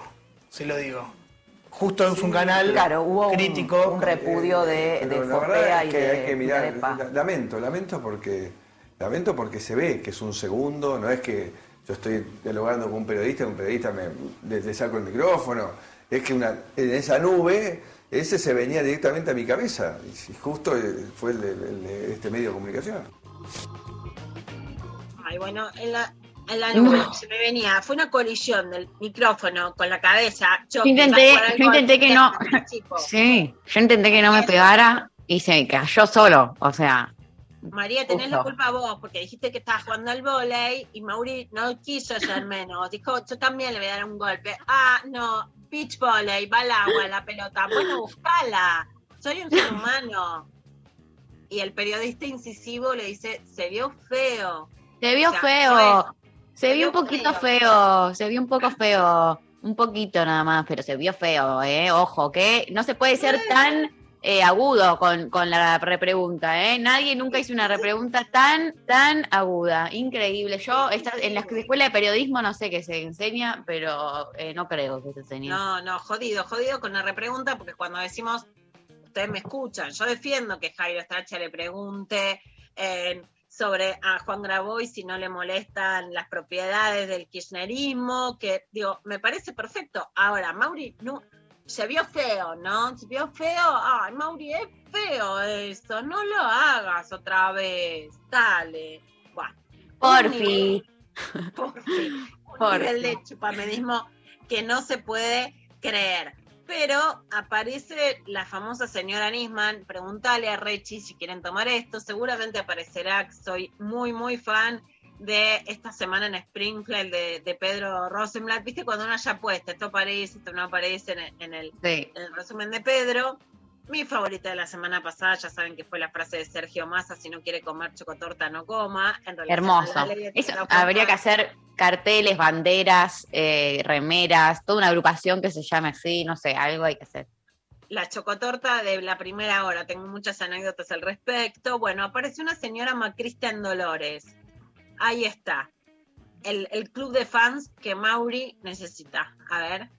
se lo digo. Justo es un canal claro, hubo crítico. Un repudio de Fopea y de... Hay que mirar, lamento porque se ve que es un segundo, no es que yo estoy dialogando con un periodista le saco el micrófono, es que en esa nube, ese se venía directamente a mi cabeza, y justo fue este medio de comunicación. Ay, bueno, en la nube se me venía, fue una colisión del micrófono con la cabeza. Yo intenté que no, sí, yo intenté que no me pegara y se me cayó solo, o sea. María, tenés la culpa vos, porque dijiste que estabas jugando al vóley y Mauri no quiso ser menos, dijo, yo también le voy a dar un golpe. Ah, no, beach volley, va al agua la pelota, bueno, buscala, soy un ser humano. Y el periodista incisivo le dice, se vio feo. Se vio feo. Se vio un poquito feo. Se vio un poco feo. Un poquito nada más, pero se vio feo, Ojo, que no se puede ser tan agudo con la repregunta, Nadie nunca hizo una repregunta tan aguda. Increíble. Yo, en la escuela de periodismo no sé qué se enseña, pero no creo que se enseñe. No, jodido con la repregunta, porque cuando decimos, ustedes me escuchan, yo defiendo que Jairo Strache le pregunte sobre a Juan Grabois si no le molestan las propiedades del kirchnerismo, que digo, me parece perfecto. Ahora, Mauri, no, se vio feo, ¿no? Se vio feo, ay, Mauri, es feo eso, no lo hagas otra vez, dale. Bueno, Porfi. Un nivel de chupamedismo que no se puede creer. Pero aparece la famosa señora Nisman, pregúntale a Rechi si quieren tomar esto, seguramente aparecerá, soy muy, muy fan de esta semana en Springfield de Pedro Rosenblatt, viste cuando uno ya puesta, esto aparece, esto no aparece en el resumen de Pedro. Mi favorita de la semana pasada, ya saben que fue la frase de Sergio Massa, si no quiere comer chocotorta, no coma. Hermoso. Eso habría que hacer carteles, banderas, remeras, toda una agrupación que se llame así, no sé, algo hay que hacer. La chocotorta de la primera hora, tengo muchas anécdotas al respecto. Bueno, apareció una señora macrista en Dolores. Ahí está. El club de fans que Mauri necesita. A ver.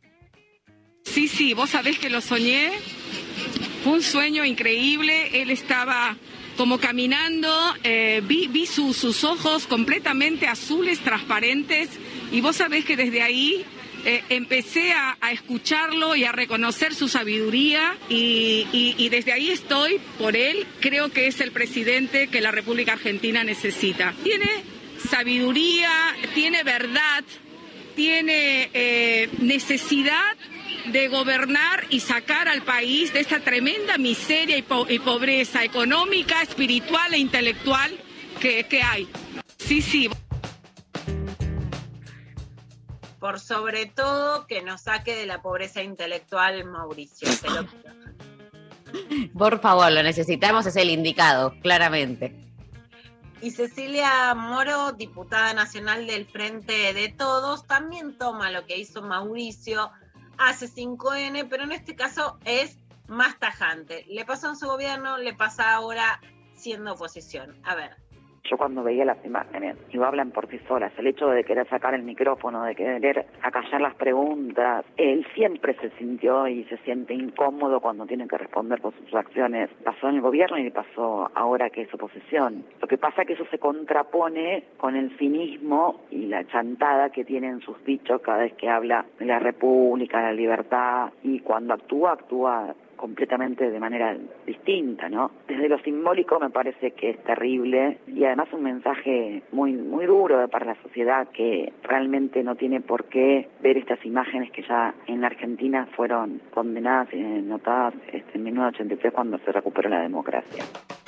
Sí, vos sabés que lo soñé. Fue un sueño increíble, él estaba como caminando, vi sus ojos completamente azules, transparentes, y vos sabés que desde ahí empecé a escucharlo y a reconocer su sabiduría, y desde ahí estoy por él. Creo que es el presidente que la República Argentina necesita. Tiene sabiduría, tiene verdad, tiene necesidad de gobernar y sacar al país de esta tremenda miseria y pobreza económica, espiritual e intelectual que hay. Sí. Por sobre todo, que nos saque de la pobreza intelectual, Mauricio. Por favor, lo necesitamos, es el indicado, claramente. Y Cecilia Moro, diputada nacional del Frente de Todos, también toma lo que hizo Mauricio hace 5N, pero en este caso es más tajante. Le pasó en su gobierno, le pasa ahora siendo oposición. A ver. Yo cuando veía las imágenes, y hablan por sí solas, el hecho de querer sacar el micrófono, de querer acallar las preguntas, él siempre se sintió y se siente incómodo cuando tiene que responder por sus acciones. Pasó en el gobierno y pasó ahora que es oposición. Lo que pasa es que eso se contrapone con el cinismo y la chantada que tienen sus dichos cada vez que habla de la república, la libertad, y cuando actúa completamente de manera distinta, ¿no? Desde lo simbólico me parece que es terrible, y además un mensaje muy muy duro para la sociedad, que realmente no tiene por qué ver estas imágenes que ya en la Argentina fueron condenadas y notadas en 1983 cuando se recuperó la democracia.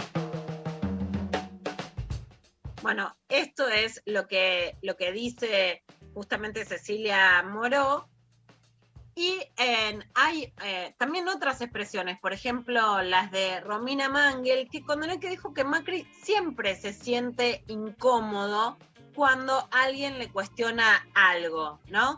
Bueno, esto es lo que dice justamente Cecilia Moro. Y hay también otras expresiones, por ejemplo, las de Romina Mangel, que dijo que Macri siempre se siente incómodo cuando alguien le cuestiona algo, ¿no?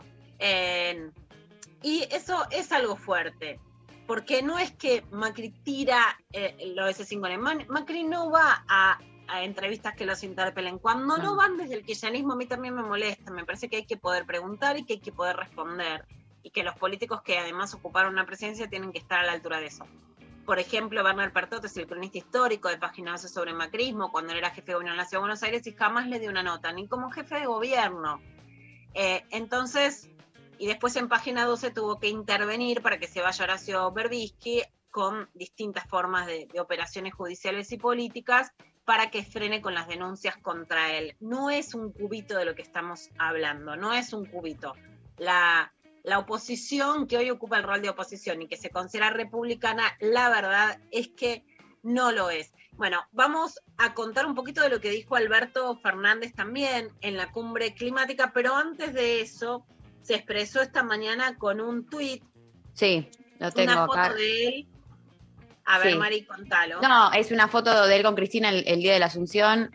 Y eso es algo fuerte, porque no es que Macri tira lo de C5N. Macri no va a entrevistas que los interpelen. Cuando no van desde el kirchnerismo, a mí también me molesta. Me parece que hay que poder preguntar y que hay que poder responder. y que los políticos que además ocuparon una presidencia tienen que estar a la altura de eso. Por ejemplo, Bernal Pertot es el cronista histórico de Página 12 sobre macrismo, cuando él era jefe de gobierno en la Ciudad de Buenos Aires, y jamás le dio una nota, ni como jefe de gobierno. Entonces, y después en Página 12 tuvo que intervenir para que se vaya Horacio Berbisky con distintas formas de operaciones judiciales y políticas para que frene con las denuncias contra él. No es un cubito de lo que estamos hablando, no es un cubito. La oposición que hoy ocupa el rol de oposición y que se considera republicana, la verdad es que no lo es. Bueno, vamos a contar un poquito de lo que dijo Alberto Fernández también en la cumbre climática, pero antes de eso se expresó esta mañana con un tuit. Sí, lo tengo una acá. Foto de él. A ver, Sí. Mari, contalo. No, es una foto de él con Cristina el día de la Asunción,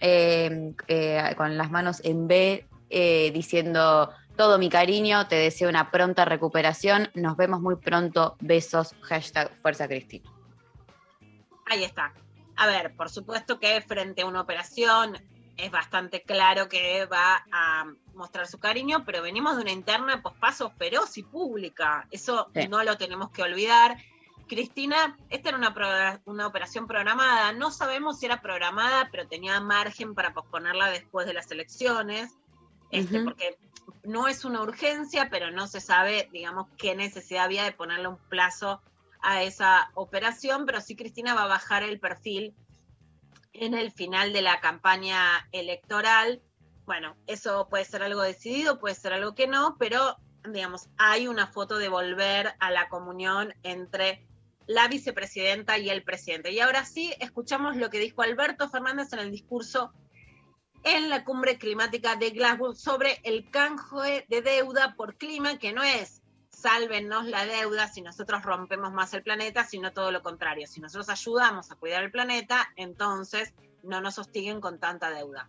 con las manos en B, diciendo: todo mi cariño, te deseo una pronta recuperación, nos vemos muy pronto, besos, #Fuerza Cristina. Ahí está. A ver, por supuesto que frente a una operación es bastante claro que va a mostrar su cariño, pero venimos de una interna pospaso feroz y pública. Eso Sí. no lo tenemos que olvidar. Cristina, esta era una operación programada. No sabemos si era programada, pero tenía margen para posponerla después de las elecciones, porque no es una urgencia, pero no se sabe, digamos, qué necesidad había de ponerle un plazo a esa operación, pero sí Cristina va a bajar el perfil en el final de la campaña electoral. Bueno, eso puede ser algo decidido, puede ser algo que no, pero, digamos, hay una foto de volver a la comunión entre la vicepresidenta y el presidente. Y ahora sí, escuchamos lo que dijo Alberto Fernández en el discurso en la cumbre climática de Glasgow sobre el canje de deuda por clima, que no es sálvenos la deuda si nosotros rompemos más el planeta, sino todo lo contrario. Si nosotros ayudamos a cuidar el planeta, entonces no nos hostiguen con tanta deuda.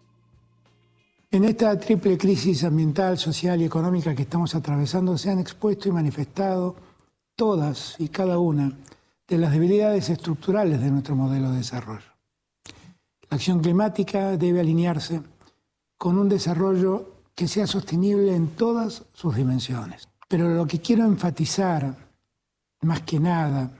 En esta triple crisis ambiental, social y económica que estamos atravesando, se han expuesto y manifestado todas y cada una de las debilidades estructurales de nuestro modelo de desarrollo. La acción climática debe alinearse con un desarrollo que sea sostenible en todas sus dimensiones. Pero lo que quiero enfatizar, más que nada,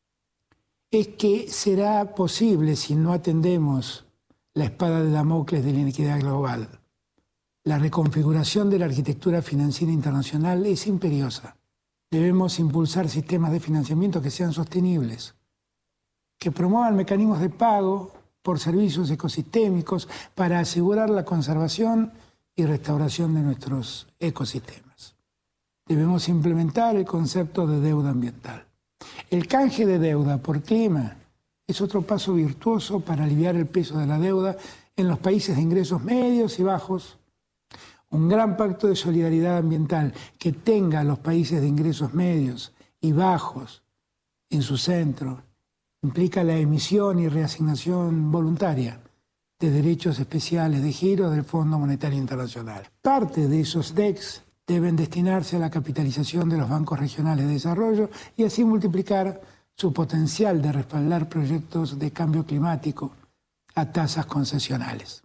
es que será posible si no atendemos la espada de Damocles de la inequidad global. La reconfiguración de la arquitectura financiera internacional es imperiosa. Debemos impulsar sistemas de financiamiento que sean sostenibles, que promuevan mecanismos de pago por servicios ecosistémicos para asegurar la conservación y restauración de nuestros ecosistemas. Debemos implementar el concepto de deuda ambiental. El canje de deuda por clima es otro paso virtuoso para aliviar el peso de la deuda en los países de ingresos medios y bajos. Un gran pacto de solidaridad ambiental que tenga a los países de ingresos medios y bajos en su centro implica la emisión y reasignación voluntaria de derechos especiales de giro del Fondo Monetario Internacional. Parte de esos DECs deben destinarse a la capitalización de los bancos regionales de desarrollo y así multiplicar su potencial de respaldar proyectos de cambio climático a tasas concesionales.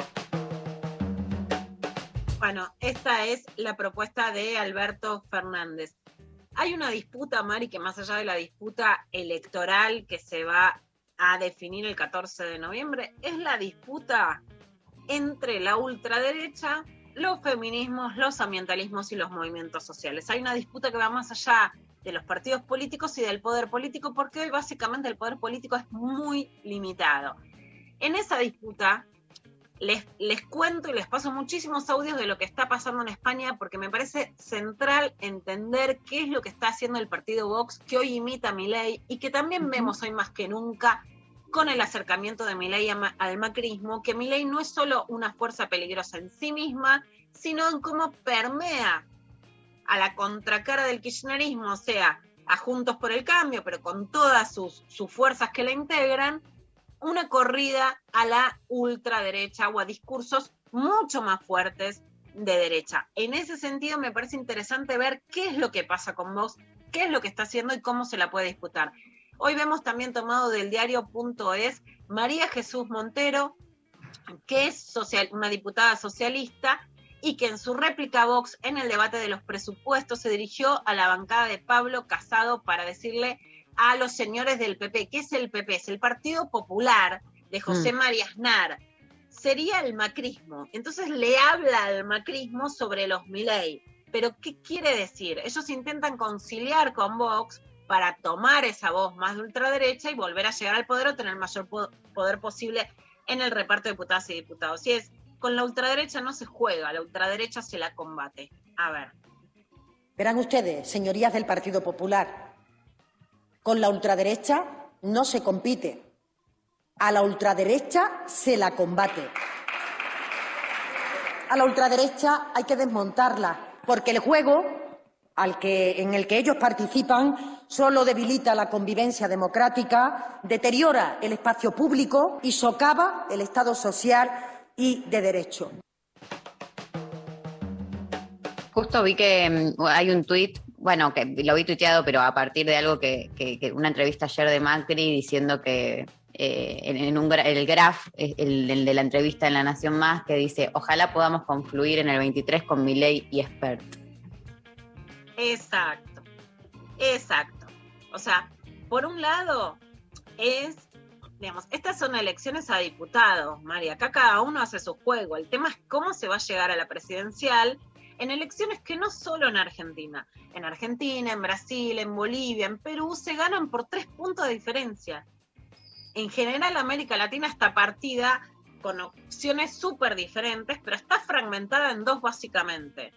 Bueno, esta es la propuesta de Alberto Fernández. Hay una disputa, Mari, que más allá de la disputa electoral que se va a definir el 14 de noviembre, es la disputa entre la ultraderecha, los feminismos, los ambientalismos y los movimientos sociales. Hay una disputa que va más allá de los partidos políticos y del poder político, porque hoy básicamente el poder político es muy limitado. En esa disputa les cuento y les paso muchísimos audios de lo que está pasando en España, porque me parece central entender qué es lo que está haciendo el partido Vox, que hoy imita a Milei y que también vemos hoy más que nunca con el acercamiento de Milei al macrismo, que Milei no es solo una fuerza peligrosa en sí misma, sino en cómo permea a la contracara del kirchnerismo, o sea, a Juntos por el Cambio, pero con todas sus fuerzas que la integran, una corrida a la ultraderecha o a discursos mucho más fuertes de derecha. En ese sentido me parece interesante ver qué es lo que pasa con Vox, qué es lo que está haciendo y cómo se la puede disputar. Hoy vemos también tomado del diario.es María Jesús Montero, que es una diputada socialista y que en su réplica Vox en el debate de los presupuestos se dirigió a la bancada de Pablo Casado para decirle a los señores del PP, ¿qué es el PP? Es el Partido Popular de José María Aznar, sería el macrismo. Entonces le habla al macrismo sobre los Milei. Pero ¿qué quiere decir? Ellos intentan conciliar con Vox para tomar esa voz más de ultraderecha y volver a llegar al poder o tener el mayor poder posible en el reparto de diputadas y diputados. Y es, con la ultraderecha no se juega, la ultraderecha se la combate. A ver. Verán ustedes, señorías del Partido Popular, con la ultraderecha no se compite, a la ultraderecha se la combate. A la ultraderecha hay que desmontarla, porque el juego en el que ellos participan solo debilita la convivencia democrática, deteriora el espacio público y socava el Estado social y de derecho. Justo vi que hay un tuit, bueno, que lo vi tuiteado, pero a partir de algo que una entrevista ayer de Macri diciendo que el graph, el de la entrevista en La Nación Más, que dice, ojalá podamos confluir en el 23 con Milei y Espert. Exacto. O sea, por un lado estas son elecciones a diputados, María, acá cada uno hace su juego, el tema es cómo se va a llegar a la presidencial en elecciones que no solo en Argentina, en Brasil, en Bolivia, en Perú, se ganan por 3 puntos de diferencia. En general, América Latina está partida con opciones súper diferentes, pero está fragmentada en 2 básicamente.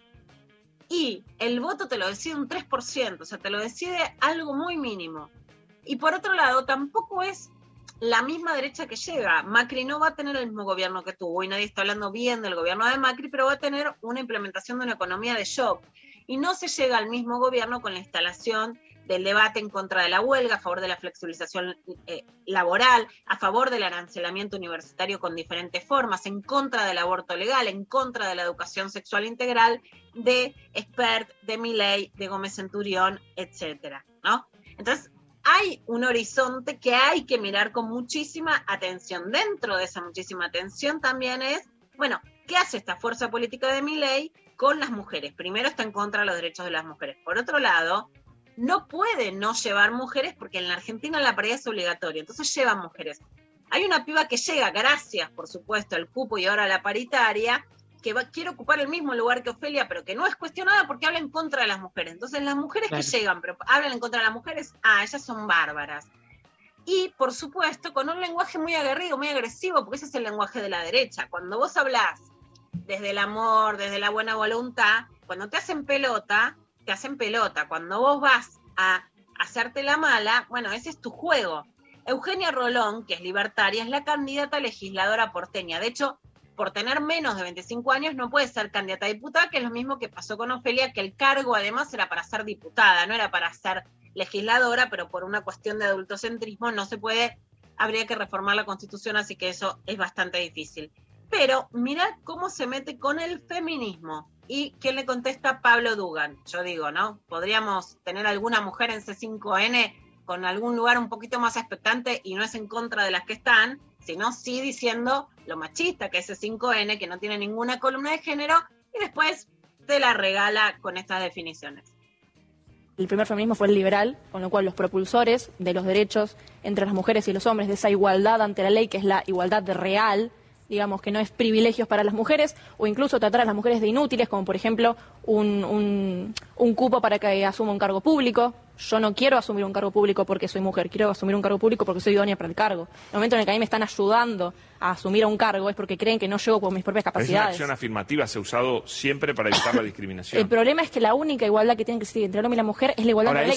Y el voto te lo decide un 3%, o sea, te lo decide algo muy mínimo. Y por otro lado, tampoco es la misma derecha que llega. Macri no va a tener el mismo gobierno que tuvo, y nadie está hablando bien del gobierno de Macri, pero va a tener una implementación de una economía de shock. Y no se llega al mismo gobierno con la instalación del debate en contra de la huelga, a favor de la flexibilización laboral, a favor del arancelamiento universitario con diferentes formas, en contra del aborto legal, en contra de la educación sexual integral, de Espert, de Milei, de Gómez Centurión, etcétera, ¿no? Entonces, hay un horizonte que hay que mirar con muchísima atención. Dentro de esa muchísima atención también es, bueno, ¿qué hace esta fuerza política de Milei con las mujeres? Primero, está en contra de los derechos de las mujeres. Por otro lado, no puede no llevar mujeres porque en la Argentina la paridad es obligatoria, entonces llevan mujeres. Hay una piba que llega, gracias por supuesto al cupo y ahora a la paritaria, que quiere ocupar el mismo lugar que Ofelia, pero que no es cuestionada porque habla en contra de las mujeres. Entonces las mujeres que llegan, pero hablan en contra de las mujeres, ellas son bárbaras. Y por supuesto con un lenguaje muy aguerrido, muy agresivo, porque ese es el lenguaje de la derecha. Cuando vos hablás desde el amor, desde la buena voluntad, cuando te hacen pelota, te hacen pelota. Cuando vos vas a hacerte la mala, bueno, ese es tu juego. Eugenia Rolón, que es libertaria, es la candidata legisladora porteña. De hecho, por tener menos de 25 años no puede ser candidata a diputada, que es lo mismo que pasó con Ofelia, que el cargo además era para ser diputada, no era para ser legisladora, pero por una cuestión de adultocentrismo no se puede, habría que reformar la Constitución, así que eso es bastante difícil. Pero mirá cómo se mete con el feminismo. ¿Y quién le contesta? Pablo Dugan. Yo digo, ¿no? Podríamos tener alguna mujer en C5N con algún lugar un poquito más expectante y no es en contra de las que están, sino sí diciendo lo machista que es C5N, que no tiene ninguna columna de género, y después te la regala con estas definiciones. El primer feminismo fue el liberal, con lo cual los propulsores de los derechos entre las mujeres y los hombres, de esa igualdad ante la ley, que es la igualdad real, digamos, que no es privilegios para las mujeres, o incluso tratar a las mujeres de inútiles, como por ejemplo un cupo para que asuma un cargo público. Yo no quiero asumir un cargo público porque soy mujer, quiero asumir un cargo público porque soy idónea para el cargo. En el momento en el que a mí me están ayudando a asumir un cargo es porque creen que no llego con mis propias capacidades. Es una acción afirmativa, se ha usado siempre para evitar la discriminación. El problema es que la única igualdad que tiene que existir entre el hombre y la mujer es la igualdad de la ley.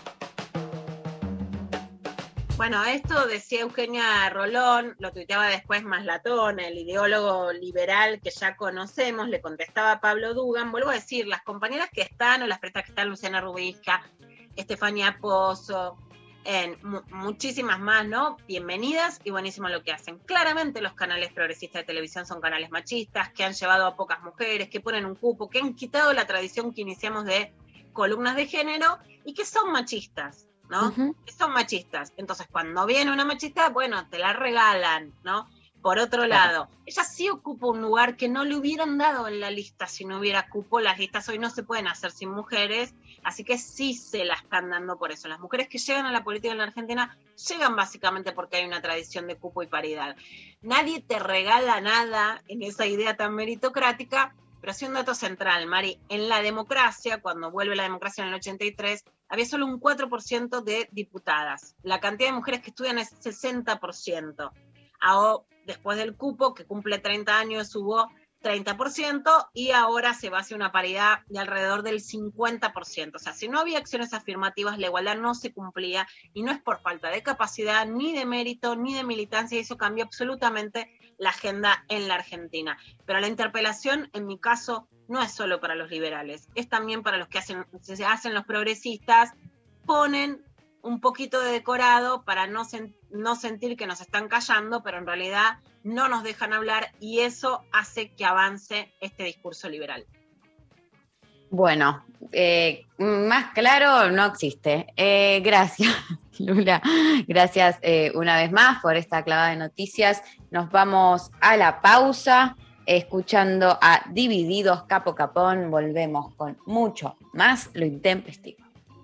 Bueno, esto decía Eugenia Rolón, lo tuiteaba después Maslatón, el ideólogo liberal que ya conocemos, le contestaba a Pablo Dugan. Vuelvo a decir, las compañeras que están, o las prestas que están, Luciana Rubisca, Estefanía Pozo, muchísimas más, ¿no? Bienvenidas y buenísimo lo que hacen. Claramente los canales progresistas de televisión son canales machistas, que han llevado a pocas mujeres, que ponen un cupo, que han quitado la tradición que iniciamos de columnas de género y que son machistas, ¿no? Que son machistas. Entonces, cuando viene una machista, bueno, te la regalan, ¿no? Por otro lado, ella sí ocupa un lugar que no le hubieran dado en la lista si no hubiera cupo. Las listas hoy no se pueden hacer sin mujeres, así que sí se la están dando por eso. Las mujeres que llegan a la política en la Argentina llegan básicamente porque hay una tradición de cupo y paridad. Nadie te regala nada en esa idea tan meritocrática, pero sí un dato central, Mari. En la democracia, cuando vuelve la democracia en el 83, había solo un 4% de diputadas. La cantidad de mujeres que estudian es 60%. Ahora, después del cupo, que cumple 30 años, hubo 30%, y ahora se va hacia una paridad de alrededor del 50%. O sea, si no había acciones afirmativas, la igualdad no se cumplía, y no es por falta de capacidad, ni de mérito, ni de militancia, y eso cambió absolutamente la agenda en la Argentina. Pero la interpelación, en mi caso, no es solo para los liberales, es también para los que se hacen los progresistas, ponen un poquito de decorado para no sentir que nos están callando, pero en realidad no nos dejan hablar, y eso hace que avance este discurso liberal. Bueno, más claro no existe. Gracias, Lula. Gracias una vez más por esta clavada de noticias. Nos vamos a la pausa, escuchando a Divididos, Capo Capón. Volvemos con mucho más Lo Intempestivo.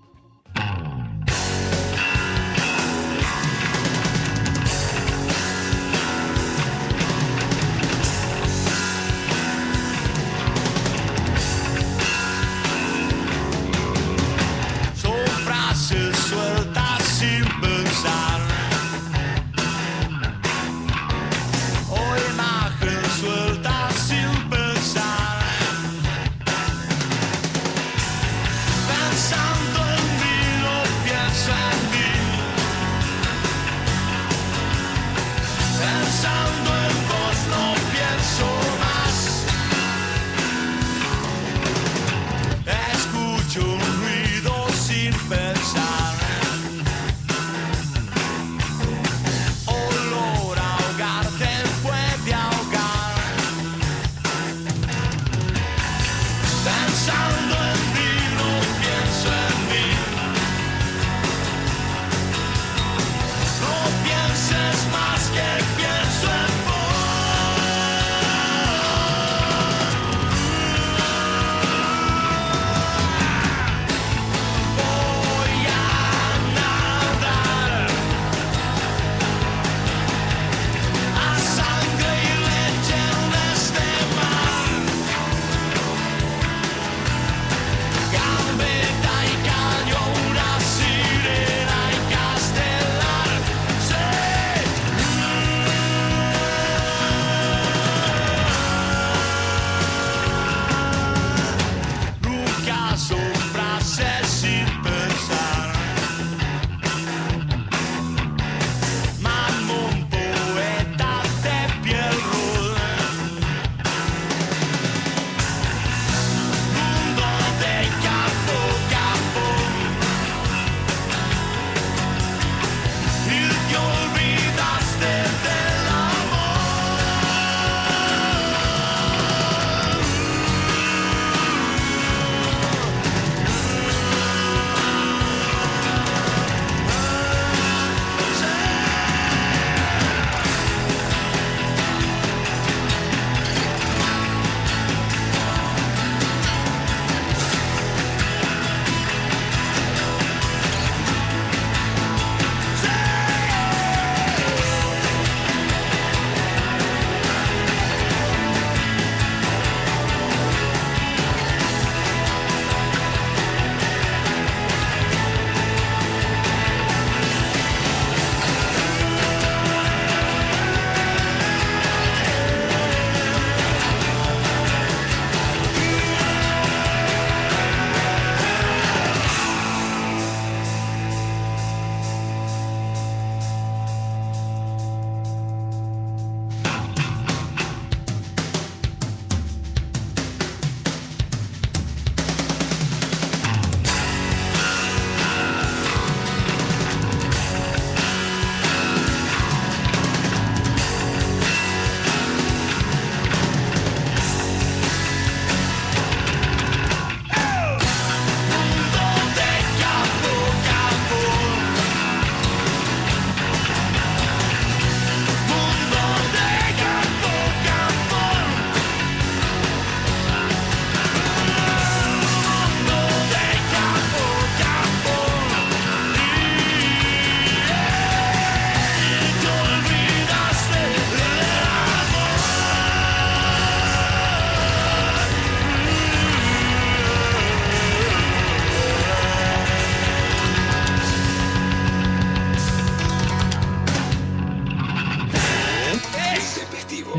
Suelta sin pensar, o imagen suelta sin pensar, pensando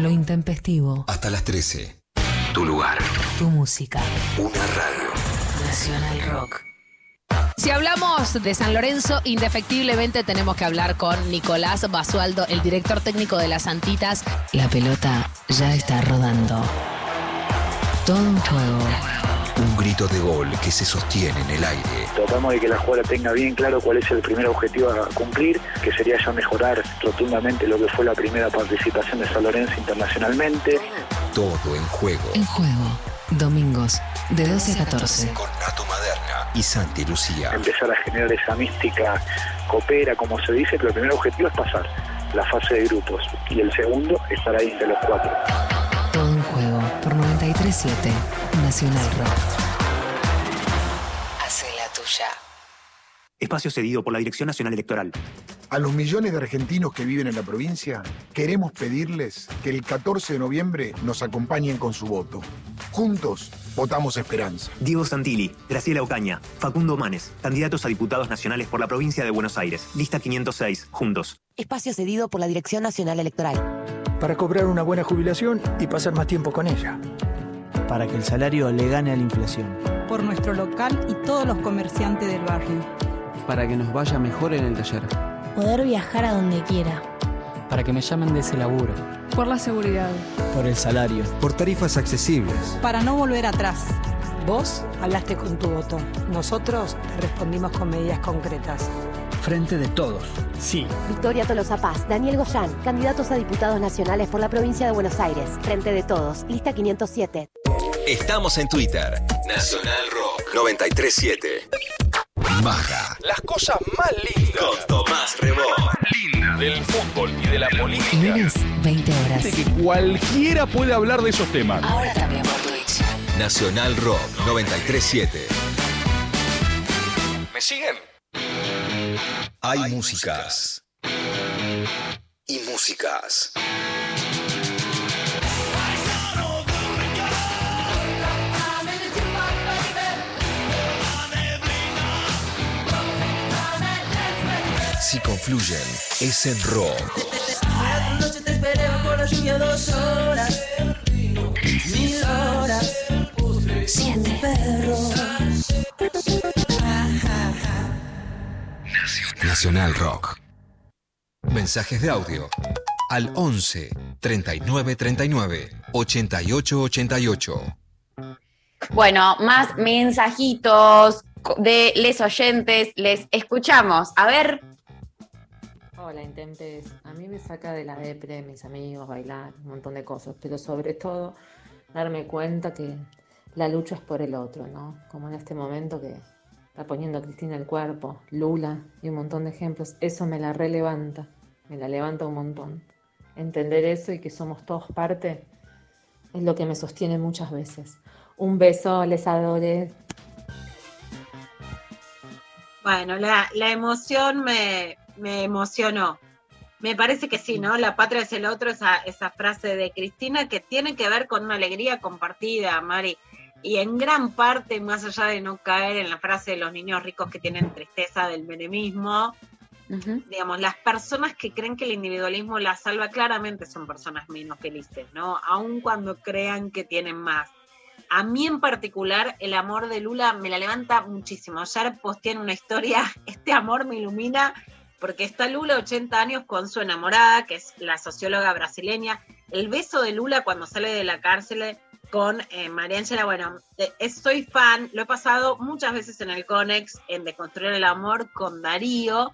Lo intempestivo. Hasta las 13. Tu lugar. Tu música. Una radio. Nacional Rock. Si hablamos de San Lorenzo, indefectiblemente tenemos que hablar con Nicolás Basualdo, el director técnico de las Santitas. La pelota ya está rodando. Todo un juego. Un grito de gol que se sostiene en el aire. Tratamos de que la jugadora tenga bien claro cuál es el primer objetivo a cumplir, que sería ya mejorar rotundamente lo que fue la primera participación de San Lorenzo internacionalmente. Todo en juego. En juego. Domingos, de 12 a 14. Con Nato Maderna y Santi Lucía. Empezar a generar esa mística copera, como se dice, pero el primer objetivo es pasar la fase de grupos. Y el segundo, estar ahí entre los 4. Todo un juego por 93.7 Nacional Rock. Hace la tuya. Espacio cedido por la Dirección Nacional Electoral. A los millones de argentinos que viven en la provincia, queremos pedirles que el 14 de noviembre nos acompañen con su voto. Juntos, votamos esperanza. Diego Santilli, Graciela Ocaña, Facundo Manes, candidatos a diputados nacionales por la provincia de Buenos Aires. Lista 506, juntos. Espacio cedido por la Dirección Nacional Electoral. Para cobrar una buena jubilación y pasar más tiempo con ella. Para que el salario le gane a la inflación. Por nuestro local y todos los comerciantes del barrio. Para que nos vaya mejor en el taller. Poder viajar a donde quiera. Para que me llamen de ese laburo. Por la seguridad. Por el salario. Por tarifas accesibles. Para no volver atrás. Vos hablaste con tu voto. Nosotros te respondimos con medidas concretas. Frente de todos. Sí. Victoria Tolosa Paz, Daniel Goyán, candidatos a diputados nacionales por la provincia de Buenos Aires. Frente de todos. Lista 507. Estamos en Twitter. Nacional Rock 93.7. Maja. Las cosas más lindas. Con Tomás Rebó. Linda del fútbol y de la política. Lunes, 20 horas. De que cualquiera puede hablar de esos temas. Ahora también por Twitch. Nacional Rock 93.7. ¿Me siguen? Hay músicas. Y músicas. Si confluyen, es en rock. Anoche te esperé bajo la lluvia 2 horas. 1000 horas. 7 Nacional Rock. Mensajes de audio al 11 39 39 88 88. Bueno, más mensajitos de les oyentes, les escuchamos. A ver. Hola, Intempes. A mí me saca de la depre, mis amigos, bailar, un montón de cosas, pero sobre todo darme cuenta que la lucha es por el otro, ¿no? Como en este momento que está poniendo Cristina el cuerpo, Lula y un montón de ejemplos. Eso me la relevanta, me la levanta un montón. Entender eso y que somos todos parte es lo que me sostiene muchas veces. Un beso, les adoré. Bueno, la emoción me emocionó. Me parece que sí, ¿no? La patria es el otro, esa frase de Cristina que tiene que ver con una alegría compartida, Mari. Y en gran parte, más allá de no caer en la frase de los niños ricos que tienen tristeza del menemismo, digamos, las personas que creen que el individualismo la salva claramente son personas menos felices, ¿no? Aun cuando crean que tienen más. A mí en particular, el amor de Lula me la levanta muchísimo. Ayer posteé en una historia, este amor me ilumina, porque está Lula 80 años con su enamorada, que es la socióloga brasileña. El beso de Lula cuando sale de la cárcel con María Ángela, bueno, soy fan, lo he pasado muchas veces en el Conex, en Deconstruir el Amor con Darío,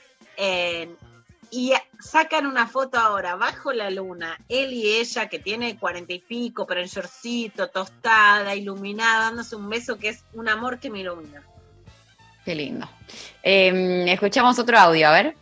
y sacan una foto ahora, bajo la luna, él y ella, que tiene 40 y pico, pero en shortcito, tostada, iluminada, dándose un beso que es un amor que me ilumina. Qué lindo. Escuchamos otro audio, a ver.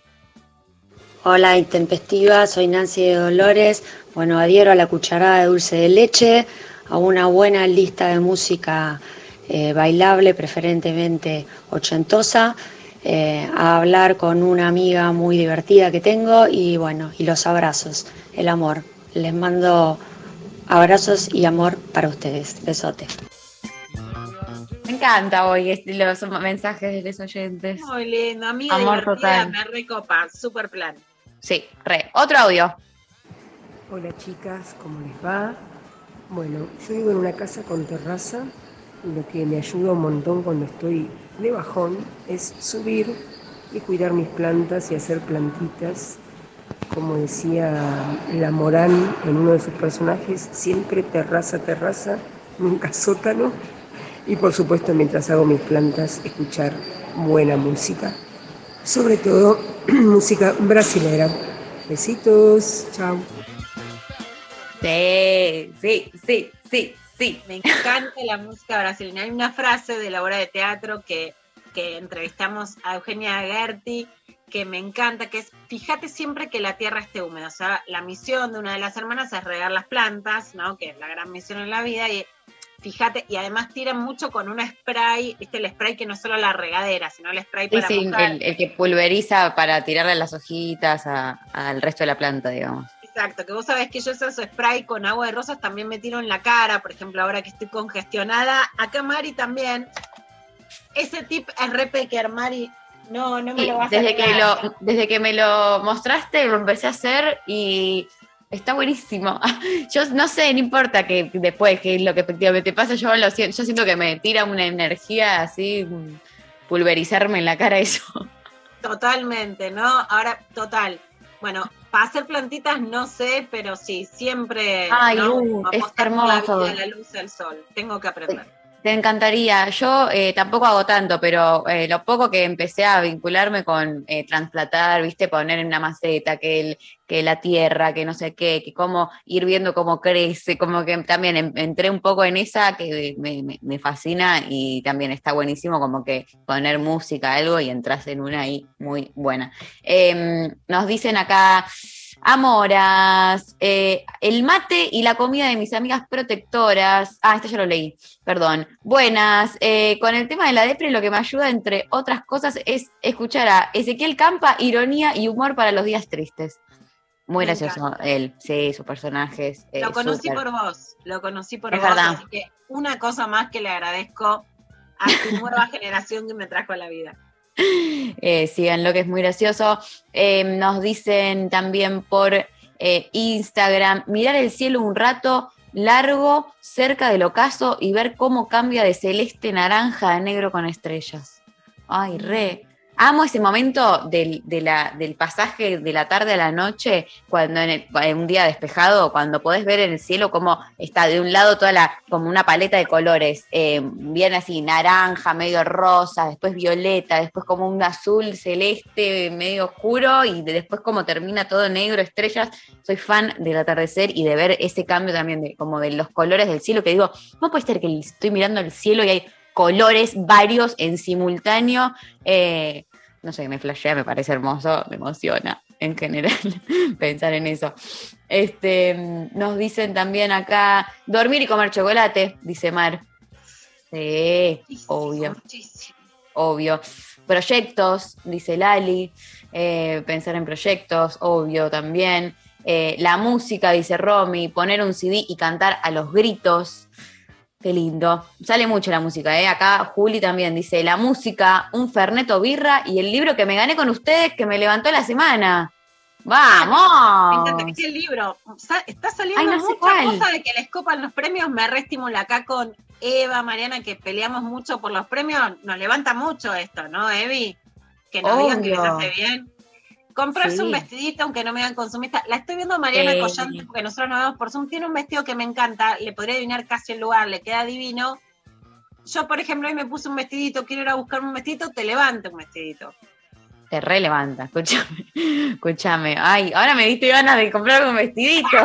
Hola, Intempestiva, soy Nancy de Dolores. Bueno, adhiero a la cucharada de dulce de leche, a una buena lista de música bailable, preferentemente ochentosa, a hablar con una amiga muy divertida que tengo y bueno, y los abrazos, el amor. Les mando abrazos y amor para ustedes. Besote. Me encanta hoy los mensajes de los oyentes. Muy lindo, amiga amor divertida, total. me recopa, super plan. Sí, re. Otro audio. Hola chicas, ¿cómo les va? Bueno, yo vivo en una casa con terraza y lo que me ayuda un montón cuando estoy de bajón es subir y cuidar mis plantas y hacer plantitas. Como decía la Morán en uno de sus personajes, siempre terraza, terraza, nunca sótano. Y por supuesto, mientras hago mis plantas, escuchar buena música. Sobre todo, música brasilera. Besitos, chao. Sí. Me encanta la música brasileña. Hay una frase de la obra de teatro que entrevistamos a Eugenia Gerti, que me encanta, que es: fíjate siempre que la tierra esté húmeda. O sea, la misión de una de las hermanas es regar las plantas, ¿no? Que es la gran misión en la vida, y fíjate, y además tiran mucho con un spray, ¿viste? El spray que no es solo la regadera, sino el spray para mojar. El que pulveriza para tirarle las hojitas al resto de la planta, digamos. Exacto, que vos sabés que yo uso spray con agua de rosas, también me tiro en la cara, por ejemplo, ahora que estoy congestionada. Acá Mari también. Ese tip es re pequeño, Mari. No me lo vas a negar. Desde que me lo mostraste, lo empecé a hacer y está buenísimo. Yo no sé, no importa que después qué es lo que efectivamente pasa, yo siento que me tira una energía así, pulverizarme en la cara eso. Totalmente, ¿no? Ahora, total. Bueno, para hacer plantitas no sé, pero sí, siempre es hermoso. La luz del sol. Tengo que aprender. Te encantaría. Yo tampoco hago tanto, pero lo poco que empecé a vincularme con transplantar, viste, poner en una maceta, que la tierra, que no sé qué, que cómo ir viendo cómo crece, como que también entré un poco en esa que me fascina, y también está buenísimo como que poner música, algo, y entras en una ahí muy buena. Nos dicen acá: amoras, el mate y la comida de mis amigas protectoras. Esto ya lo leí, perdón. Buenas, con el tema de la depre, lo que me ayuda, entre otras cosas, es escuchar a Ezequiel Campa, ironía y humor para los días tristes. Muy gracioso él, sí, sus personajes. Lo conocí por vos, es verdad. Así que una cosa más que le agradezco a tu nueva generación que me trajo a la vida. Síganlo, que es muy gracioso. Nos dicen también por Instagram: mirar el cielo un rato largo cerca del ocaso y ver cómo cambia de celeste, naranja a negro con estrellas. Ay, re. Amo ese momento del pasaje de la tarde a la noche, cuando en un día despejado, cuando podés ver en el cielo cómo está de un lado como una paleta de colores, bien así, naranja, medio rosa, después violeta, después como un azul celeste medio oscuro, y después como termina todo negro, estrellas. Soy fan del atardecer y de ver ese cambio también como de los colores del cielo, que digo, no puede ser que estoy mirando el cielo y hay colores varios en simultáneo. No sé, me flashea, me parece hermoso, me emociona en general pensar en eso. Nos dicen también acá: dormir y comer chocolate, dice Mar. Sí, obvio. Proyectos, dice Lali. Pensar en proyectos, obvio también. La música, dice Romy. Poner un CD y cantar a los gritos. Qué lindo. Sale mucho la música, ¿eh? Acá Juli también dice: la música, un fernet o birra y el libro que me gané con ustedes, que me levantó la semana. ¡Vamos! Me encanta que el libro. Está saliendo mucha cosa de que les copan los premios. Me reestimula acá con Eva, Mariana, que peleamos mucho por los premios. Nos levanta mucho esto, ¿no, Evi? Que nos digan que les hace bien. Comprarse un vestidito, aunque no me hagan consumista. La estoy viendo a Mariana Collante, porque nosotros nos vemos por Zoom. Tiene un vestido que me encanta, le podría adivinar casi el lugar, le queda divino. Yo, por ejemplo, hoy me puse un vestidito, quiero ir a buscarme un vestidito, te levanta un vestidito. Te relevanta, escúchame. Ay, ahora me diste ganas de comprarme un vestidito.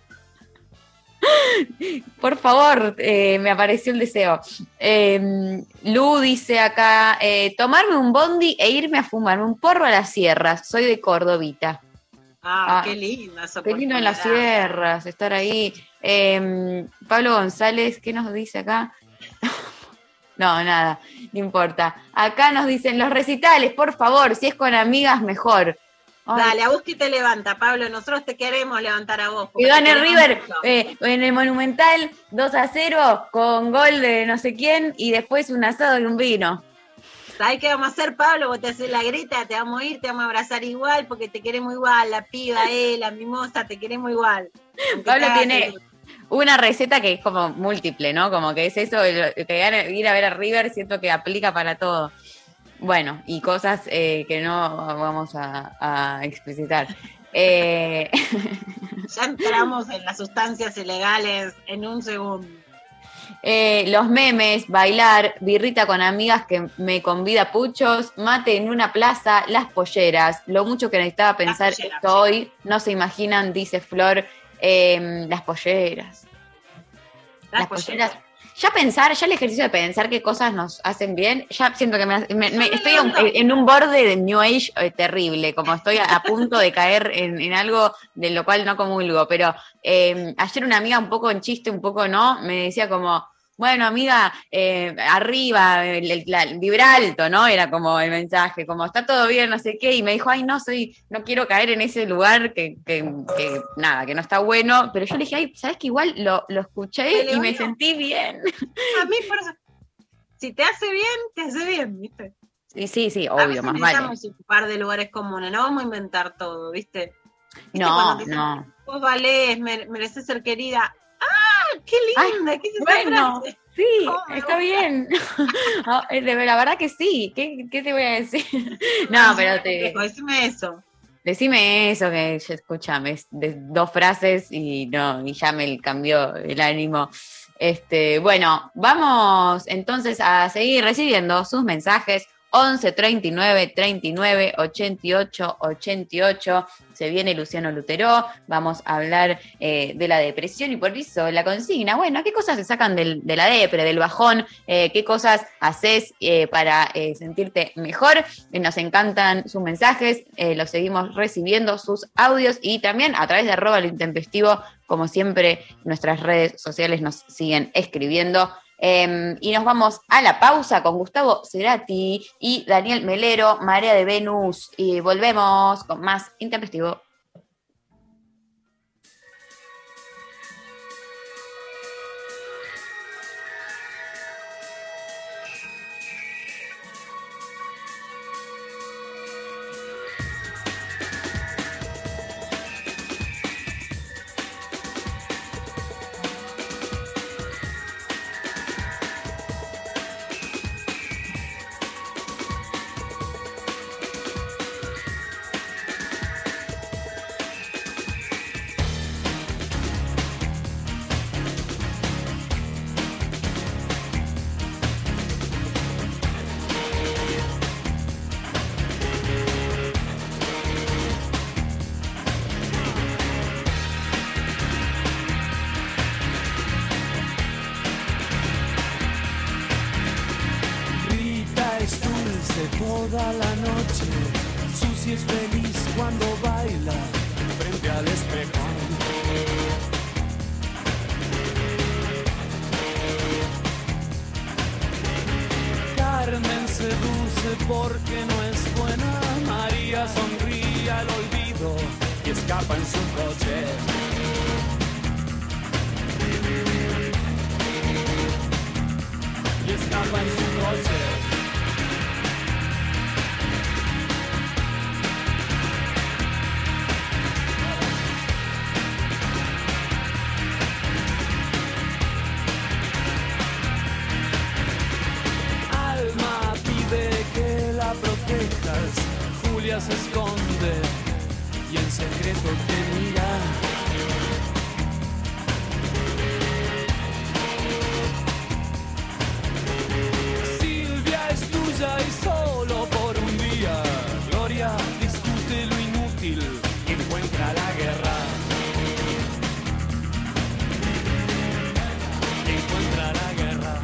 Por favor, me apareció el deseo. Lu dice acá: tomarme un bondi e irme a fumarme un porro a las sierras. Soy de Cordovita. Qué linda esa Qué lindo en las sierras, estar ahí. Pablo González, ¿qué nos dice acá? No, nada, no importa. Acá nos dicen: los recitales, por favor, si es con amigas, mejor. Ay. Dale, a vos que te levanta, Pablo, nosotros te queremos levantar a vos. Y gane River en el Monumental 2-0 con gol de no sé quién, y después un asado y un vino. ¿Sabes qué vamos a hacer, Pablo? Vos te haces la grita, te vamos a ir, te vamos a abrazar igual, porque te queremos igual, la piba, la mimosa, te queremos igual. Pablo tiene una receta que es como múltiple, ¿no? Como que es eso, que ir a ver a River, siento que aplica para todo. Bueno, y cosas que no vamos a explicitar. Ya entramos en las sustancias ilegales en un segundo. Los memes, bailar, birrita con amigas que me convida puchos, mate en una plaza, las polleras, lo mucho que necesitaba pensar esto hoy, no se imaginan, dice Flor, las polleras. Las polleras. Ya el ejercicio de pensar qué cosas nos hacen bien, ya siento que estoy en un borde de New Age terrible, como estoy a punto de caer en algo de lo cual no comulgo, pero ayer una amiga un poco en chiste, un poco no, me decía como, bueno amiga, arriba, vibra alto, ¿no? Era como el mensaje, como está todo bien, no sé qué, y me dijo, ay no quiero caer en ese lugar que nada, que no está bueno, pero yo le dije, ay, ¿sabes qué? Igual lo escuché y me sentí bien. A mí, por eso, si te hace bien, ¿viste? Sí, obvio, más vale. Necesitamos ocupar de lugares comunes, no vamos a inventar todo, ¿viste? No. Vos valés, mereces ser querida. ¡Ah, qué linda! Ay, ¿Qué es esa bueno, frase? sí, está bien. La verdad que sí. ¿Qué te voy a decir? No, pero decime eso. Decime eso, que escúchame, es de 2 frases y ya me cambió el ánimo. Bueno, vamos entonces a seguir recibiendo sus mensajes. 11 39 39 88 88. Se viene Luciano Lutero. Vamos a hablar de la depresión y por eso la consigna. Bueno, ¿qué cosas se sacan de la depre, del bajón? ¿Qué cosas haces para sentirte mejor? Nos encantan sus mensajes. Los seguimos recibiendo, sus audios y también a través de @lointempestivo. Como siempre, nuestras redes sociales nos siguen escribiendo. Y nos vamos a la pausa con Gustavo Cerati y Daniel Melero, Marea de Venus, y volvemos con más Intempestivo. Toda la noche, Susi es feliz cuando baila frente al espejo. Carmen seduce porque no es buena. María sonríe al olvido y escapa en su coche. Y escapa en su coche. Julia se esconde y en secreto te mira. Silvia es tuya y solo por un día. Gloria discute lo inútil y encuentra la guerra. Encuentra la guerra.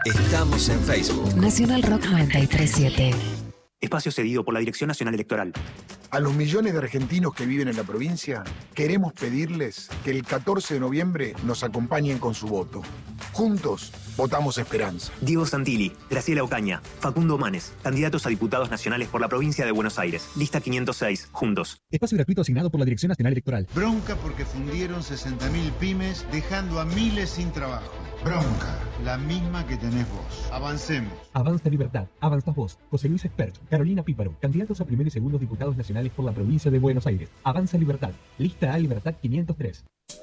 Estamos en Facebook. Nacional Rock 937. Espacio cedido por la Dirección Nacional Electoral. A los millones de argentinos que viven en la provincia, queremos pedirles que el 14 de noviembre nos acompañen con su voto. Juntos, votamos esperanza. Diego Santilli, Graciela Ocaña, Facundo Manes, candidatos a diputados nacionales por la provincia de Buenos Aires. Lista 506, juntos. Espacio gratuito asignado por la Dirección Nacional Electoral. Bronca porque fundieron 60.000 pymes, dejando a miles sin trabajo. Bronca, la misma que tenés vos. Avancemos. Avanza Libertad, avanzas vos. José Luis Expert, Carolina Píparo, candidatos a primer y segundo diputados nacionales por la provincia de Buenos Aires. Avanza Libertad, lista A Libertad 503.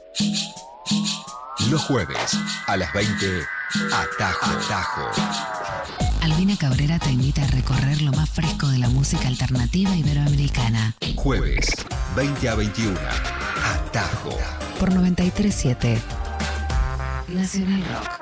Los jueves, a las 20, Atajo. Albina Cabrera te invita a recorrer lo más fresco de la música alternativa iberoamericana. Jueves, 20 a 21, Atajo. Por 937. Nacional Rock.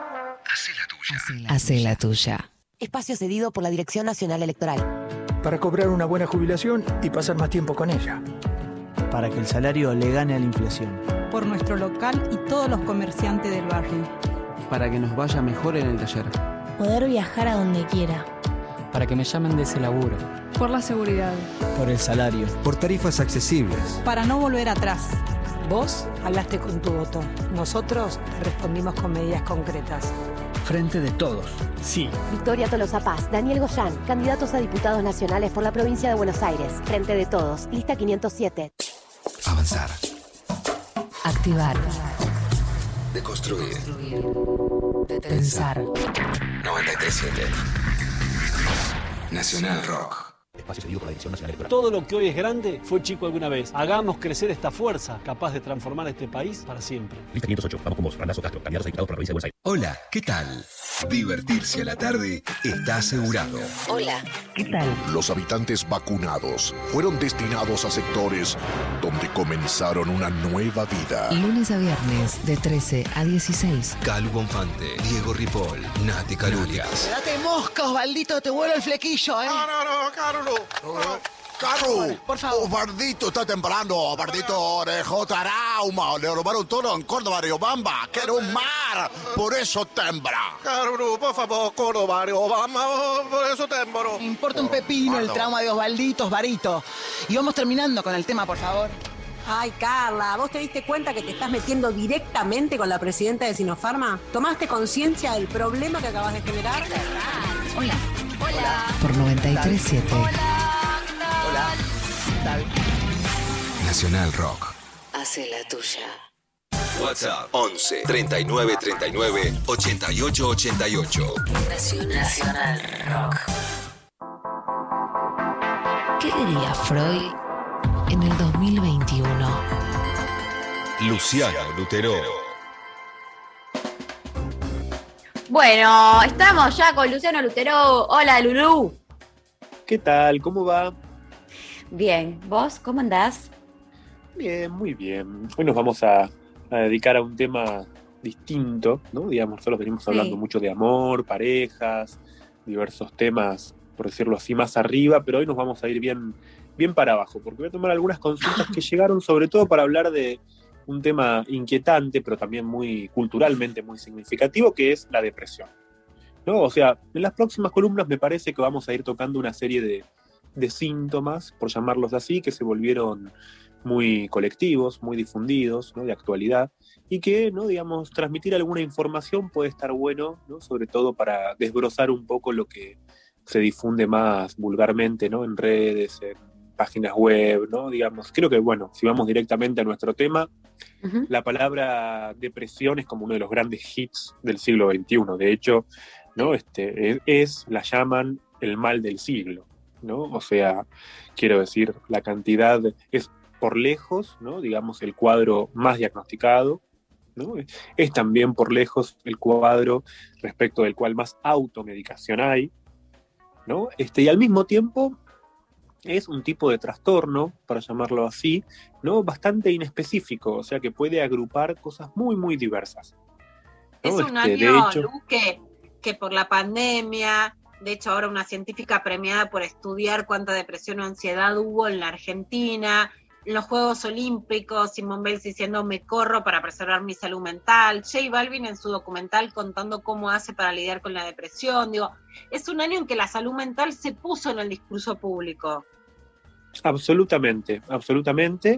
Hacé la tuya. Espacio cedido por la Dirección Nacional Electoral. Para cobrar una buena jubilación y pasar más tiempo con ella. Para que el salario le gane a la inflación. Por nuestro local y todos los comerciantes del barrio. Para que nos vaya mejor en el taller. Poder viajar a donde quiera. Para que me llamen de ese laburo. Por la seguridad. Por el salario. Por tarifas accesibles. Para no volver atrás. Vos hablaste con tu voto. Nosotros te respondimos con medidas concretas. Frente de todos. Sí. Victoria Tolosa Paz, Daniel Goyán, candidatos a diputados nacionales por la provincia de Buenos Aires. Frente de todos, lista 507. Avanzar. Activar. Deconstruir. Pensar. 937. Nacional Rock. Espacio cedido por la Dirección Nacional Electoral. Todo lo que hoy es grande fue chico alguna vez. Hagamos crecer esta fuerza capaz de transformar este país para siempre. Lista 508. Vamos con vos. Randazzo Castro, candidatos a diputados por la provincia de Buenos Aires. Hola, ¿qué tal? Divertirse a la tarde está asegurado. Hola, ¿qué tal? Los habitantes vacunados fueron destinados a sectores donde comenzaron una nueva vida. Lunes a viernes, de 13 a 16. Calu Bonfante, Diego Ripoll, Nati Carulias. Date mosca, Osvaldito, te vuelo el flequillo, ¿eh? No, Carlos. Carlos, por favor. Osvaldito está temprano. Osvaldito dejó trauma. Le robaron todo en Córdoba, Riobamba, que era un mar. Por eso tembra. Carlos, por favor, Córdoba, Riobamba, por eso tembro. Me importa un pepino el trauma de Osvaldito, Osvarito. Y vamos terminando con el tema, por favor. Ay, Carla, ¿vos te diste cuenta que te estás metiendo directamente con la presidenta de Sinopharma? ¿Tomaste conciencia del problema que acabas de generar? Hola. Por 937. Hola. Tal. Nacional Rock. Hacé la tuya. WhatsApp 11 39 39 88 88. Nacional Rock. ¿Qué diría Freud en el 2021? Luciano Lutero. Bueno, estamos ya con Luciano Lutero. Hola, Lulú. ¿Qué tal? ¿Cómo va? Bien, ¿vos cómo andás? Bien, muy bien. Hoy nos vamos a dedicar a un tema distinto, ¿no? Digamos, nosotros venimos hablando mucho de amor, parejas, diversos temas, por decirlo así, más arriba, pero hoy nos vamos a ir bien para abajo, porque voy a tomar algunas consultas que llegaron, sobre todo para hablar de un tema inquietante, pero también muy culturalmente muy significativo, que es la depresión, ¿no? O sea, en las próximas columnas me parece que vamos a ir tocando una serie de síntomas, por llamarlos así, que se volvieron muy colectivos, muy difundidos, ¿no? De actualidad, y que, ¿no? Digamos, transmitir alguna información puede estar bueno, ¿no? Sobre todo para desbrozar un poco lo que se difunde más vulgarmente, ¿no? En redes, en páginas web, ¿no? Digamos, creo que, bueno, si vamos directamente a nuestro tema, la palabra depresión es como uno de los grandes hits del siglo XXI. De hecho, ¿no? La llaman el mal del siglo, ¿no? O sea, quiero decir, la cantidad es por lejos, ¿no? Digamos, el cuadro más diagnosticado, ¿no? Es también por lejos el cuadro respecto del cual más automedicación hay, ¿no? Y al mismo tiempo es un tipo de trastorno, para llamarlo así, ¿no? Bastante inespecífico, o sea que puede agrupar cosas muy, muy diversas, ¿no? Es un año, Lu, que por la pandemia, de hecho ahora una científica premiada por estudiar cuánta depresión o ansiedad hubo en la Argentina, en los Juegos Olímpicos, Simone Biles diciendo me corro para preservar mi salud mental, J Balvin en su documental contando cómo hace para lidiar con la depresión. Digo, es un año en que la salud mental se puso en el discurso público. Absolutamente, absolutamente.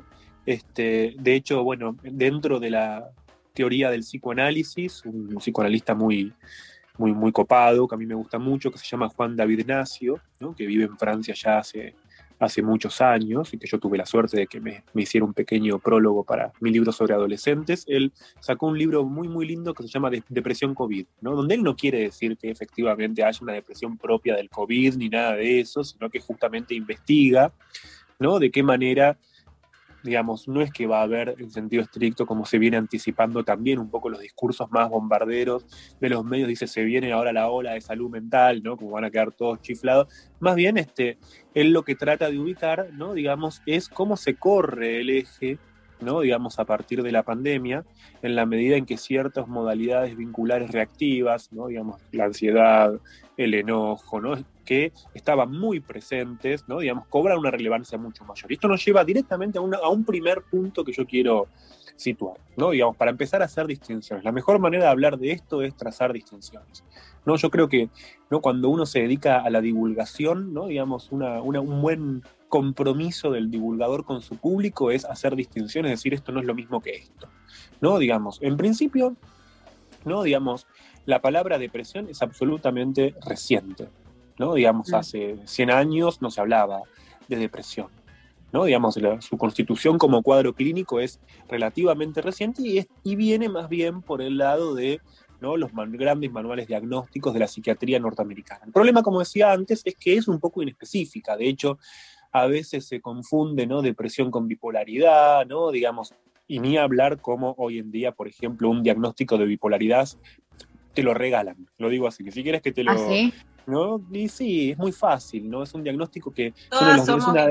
De hecho, bueno, dentro de la teoría del psicoanálisis, un psicoanalista muy copado, que a mí me gusta mucho, que se llama Juan David Ignacio, ¿no? Que vive en Francia ya hace muchos años, y que yo tuve la suerte de que me hiciera un pequeño prólogo para mi libro sobre adolescentes. Él sacó un libro muy, muy lindo que se llama Depresión COVID, ¿no? Donde él no quiere decir que efectivamente haya una depresión propia del COVID ni nada de eso, sino que justamente investiga, ¿no? De qué manera, digamos, no es que va a haber en sentido estricto, como se viene anticipando también un poco los discursos más bombarderos de los medios, dice, se viene ahora la ola de salud mental, ¿no? Como van a quedar todos chiflados. Más bien, él lo que trata de ubicar, ¿no? Digamos, es cómo se corre el eje, ¿no? Digamos, a partir de la pandemia, en la medida en que ciertas modalidades vinculares reactivas, ¿no? Digamos, la ansiedad, el enojo, ¿no? Que estaban muy presentes, ¿no? Digamos, cobran una relevancia mucho mayor. Y esto nos lleva directamente a un primer punto que yo quiero situar, ¿no? Digamos, para empezar a hacer distinciones. La mejor manera de hablar de esto es trazar distinciones, ¿no? Yo creo que, ¿no? Cuando uno se dedica a la divulgación, ¿no? Digamos, un buen compromiso del divulgador con su público es hacer distinciones, decir esto no es lo mismo que esto, ¿no? Digamos, en principio, ¿no? Digamos, la palabra depresión es absolutamente reciente, ¿no? Digamos, hace 100 años no se hablaba de depresión, ¿no? Digamos, su constitución como cuadro clínico es relativamente reciente y viene más bien por el lado de, ¿no? Los grandes manuales diagnósticos de la psiquiatría norteamericana. El problema, como decía antes, es que es un poco inespecífica. De hecho, a veces se confunde, ¿no? Depresión con bipolaridad, ¿no? Digamos, y ni hablar como hoy en día, por ejemplo, un diagnóstico de bipolaridad te lo regalan. Lo digo así, que si quieres que te lo... ¿Ah, sí? ¿No? Y sí, es muy fácil, ¿no? Es un diagnóstico que... Todos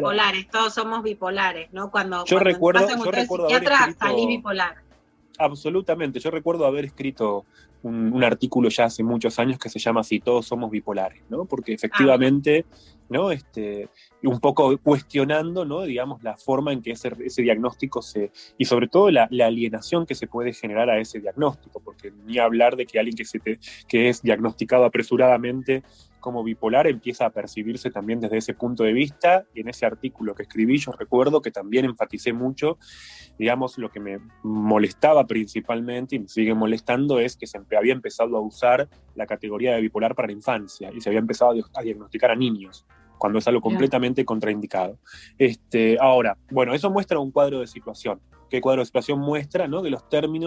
somos bipolares, ¿no? Cuando recuerdo psiquiatra, salí bipolar. Absolutamente, yo recuerdo haber escrito un artículo ya hace muchos años que se llama Si todos somos bipolares, ¿no? Porque efectivamente, ¿no? Un poco cuestionando, ¿no? Digamos, la forma en que ese diagnóstico y sobre todo la alienación que se puede generar a ese diagnóstico, porque ni hablar de que alguien que es diagnosticado apresuradamente como bipolar empieza a percibirse también desde ese punto de vista, y en ese artículo que escribí yo recuerdo que también enfaticé mucho, digamos, lo que me molestaba principalmente y me sigue molestando es que se había empezado a usar la categoría de bipolar para la infancia y se había empezado a diagnosticar a niños, cuando es algo completamente contraindicado. Ahora, bueno, eso muestra un cuadro de situación. ¿Qué cuadro de situación muestra? ¿No? Que los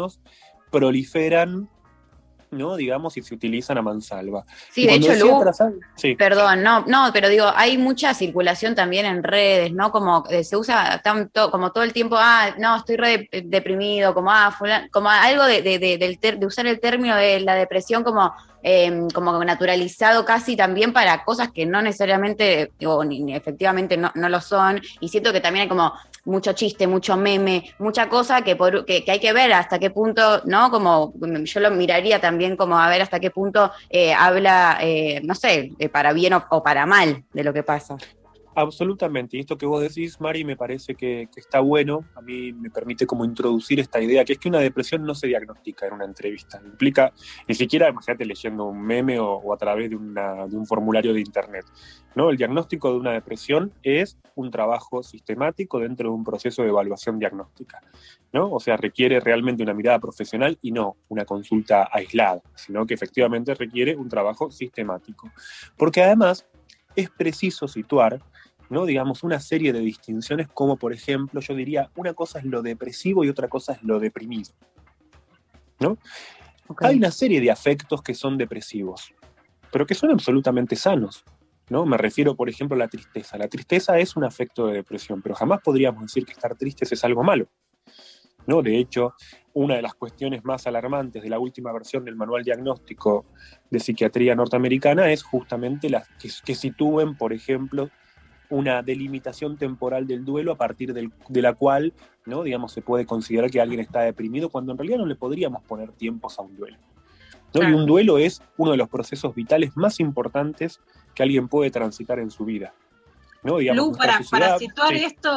términos proliferan, ¿no? Digamos, y se utilizan a mansalva. Sí, de hecho, Lu, perdón, no, pero digo, hay mucha circulación también en redes, ¿no? Como se usa tanto, como todo el tiempo, no, estoy re deprimido, como como algo de usar el término de la depresión como naturalizado casi también para cosas que no necesariamente, ni efectivamente no lo son, y siento que también hay como mucho chiste, mucho meme, mucha cosa que hay que ver hasta qué punto, ¿no? Como yo lo miraría también como a ver hasta qué punto habla, no sé, para bien o para mal de lo que pasa. Absolutamente, y esto que vos decís, Mari, me parece que está bueno. A mí me permite como introducir esta idea, que es que una depresión no se diagnostica en una entrevista, implica, ni siquiera, imagínate leyendo un meme o a través de un formulario de internet, ¿no? El diagnóstico de una depresión es un trabajo sistemático dentro de un proceso de evaluación diagnóstica, ¿no? O sea, requiere realmente una mirada profesional y no una consulta aislada, sino que efectivamente requiere un trabajo sistemático. Porque además es preciso situar, ¿no? Digamos, una serie de distinciones, como por ejemplo, yo diría, una cosa es lo depresivo y otra cosa es lo deprimido, ¿no? Okay. Hay una serie de afectos que son depresivos, pero que son absolutamente sanos, ¿no? Me refiero, por ejemplo, a la tristeza. La tristeza es un afecto de depresión, pero jamás podríamos decir que estar tristes es algo malo, ¿no? De hecho, una de las cuestiones más alarmantes de la última versión del manual diagnóstico de psiquiatría norteamericana es justamente las que sitúen, por ejemplo, una delimitación temporal del duelo a partir de la cual, ¿no? Digamos, se puede considerar que alguien está deprimido cuando en realidad no le podríamos poner tiempos a un duelo, ¿no? Claro. Y un duelo es uno de los procesos vitales más importantes que alguien puede transitar en su vida, ¿no? Digamos, Lu, para situar esto,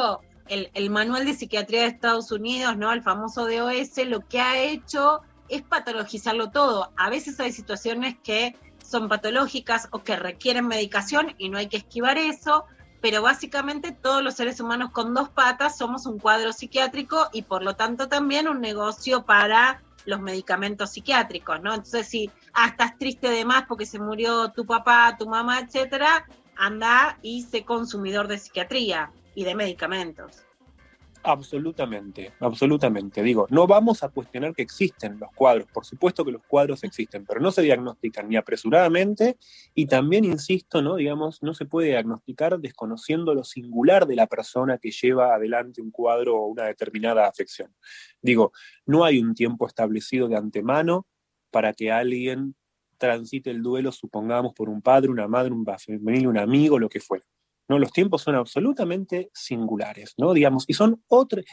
el Manual de Psiquiatría de Estados Unidos, ¿no? El famoso DOS, lo que ha hecho es patologizarlo todo. A veces hay situaciones que son patológicas o que requieren medicación y no hay que esquivar eso, pero básicamente todos los seres humanos con 2 patas somos un cuadro psiquiátrico y por lo tanto también un negocio para los medicamentos psiquiátricos, ¿no? Entonces, si estás triste de más porque se murió tu papá, tu mamá, etcétera, anda y sé consumidor de psiquiatría y de medicamentos. Absolutamente, absolutamente. Digo, no vamos a cuestionar que existen los cuadros, por supuesto que los cuadros existen, pero no se diagnostican ni apresuradamente y también, insisto, ¿no? Digamos, no se puede diagnosticar desconociendo lo singular de la persona que lleva adelante un cuadro o una determinada afección. Digo, no hay un tiempo establecido de antemano para que alguien transite el duelo, supongamos, por un padre, una madre, un familia, un amigo, lo que fuera. ¿No? Los tiempos son absolutamente singulares, ¿no? Digamos, y son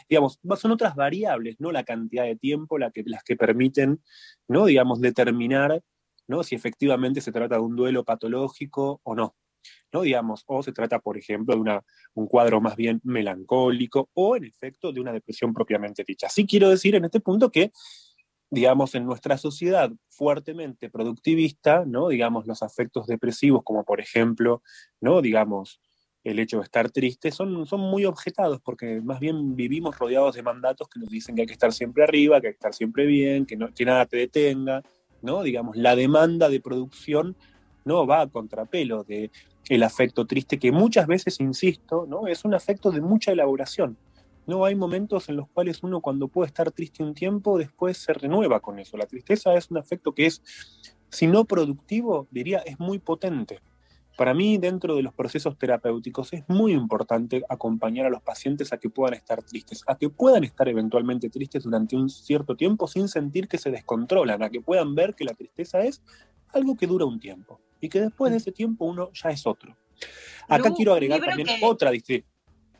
otras variables, no la cantidad de tiempo las que permiten, ¿no? Digamos, determinar, ¿no? Si efectivamente se trata de un duelo patológico o no, ¿no? Digamos, o se trata, por ejemplo, de un cuadro más bien melancólico o, en efecto, de una depresión propiamente dicha. Sí quiero decir en este punto que, digamos, en nuestra sociedad fuertemente productivista, ¿no? Digamos, los afectos depresivos, como por ejemplo, ¿no? Digamos, el hecho de estar triste, son muy objetados, porque más bien vivimos rodeados de mandatos que nos dicen que hay que estar siempre arriba, que hay que estar siempre bien, que nada te detenga, ¿no? Digamos, la demanda de producción no va a contrapelo de el afecto triste, que muchas veces, insisto, ¿no? Es un afecto de mucha elaboración. No hay momentos en los cuales uno, cuando puede estar triste un tiempo, después se renueva con eso. La tristeza es un afecto que es, si no productivo, diría, es muy potente. Para mí, dentro de los procesos terapéuticos, es muy importante acompañar a los pacientes a que puedan estar tristes, a que puedan estar eventualmente tristes durante un cierto tiempo sin sentir que se descontrolan, a que puedan ver que la tristeza es algo que dura un tiempo y que después de ese tiempo uno ya es otro. Acá quiero agregar también otra distinción.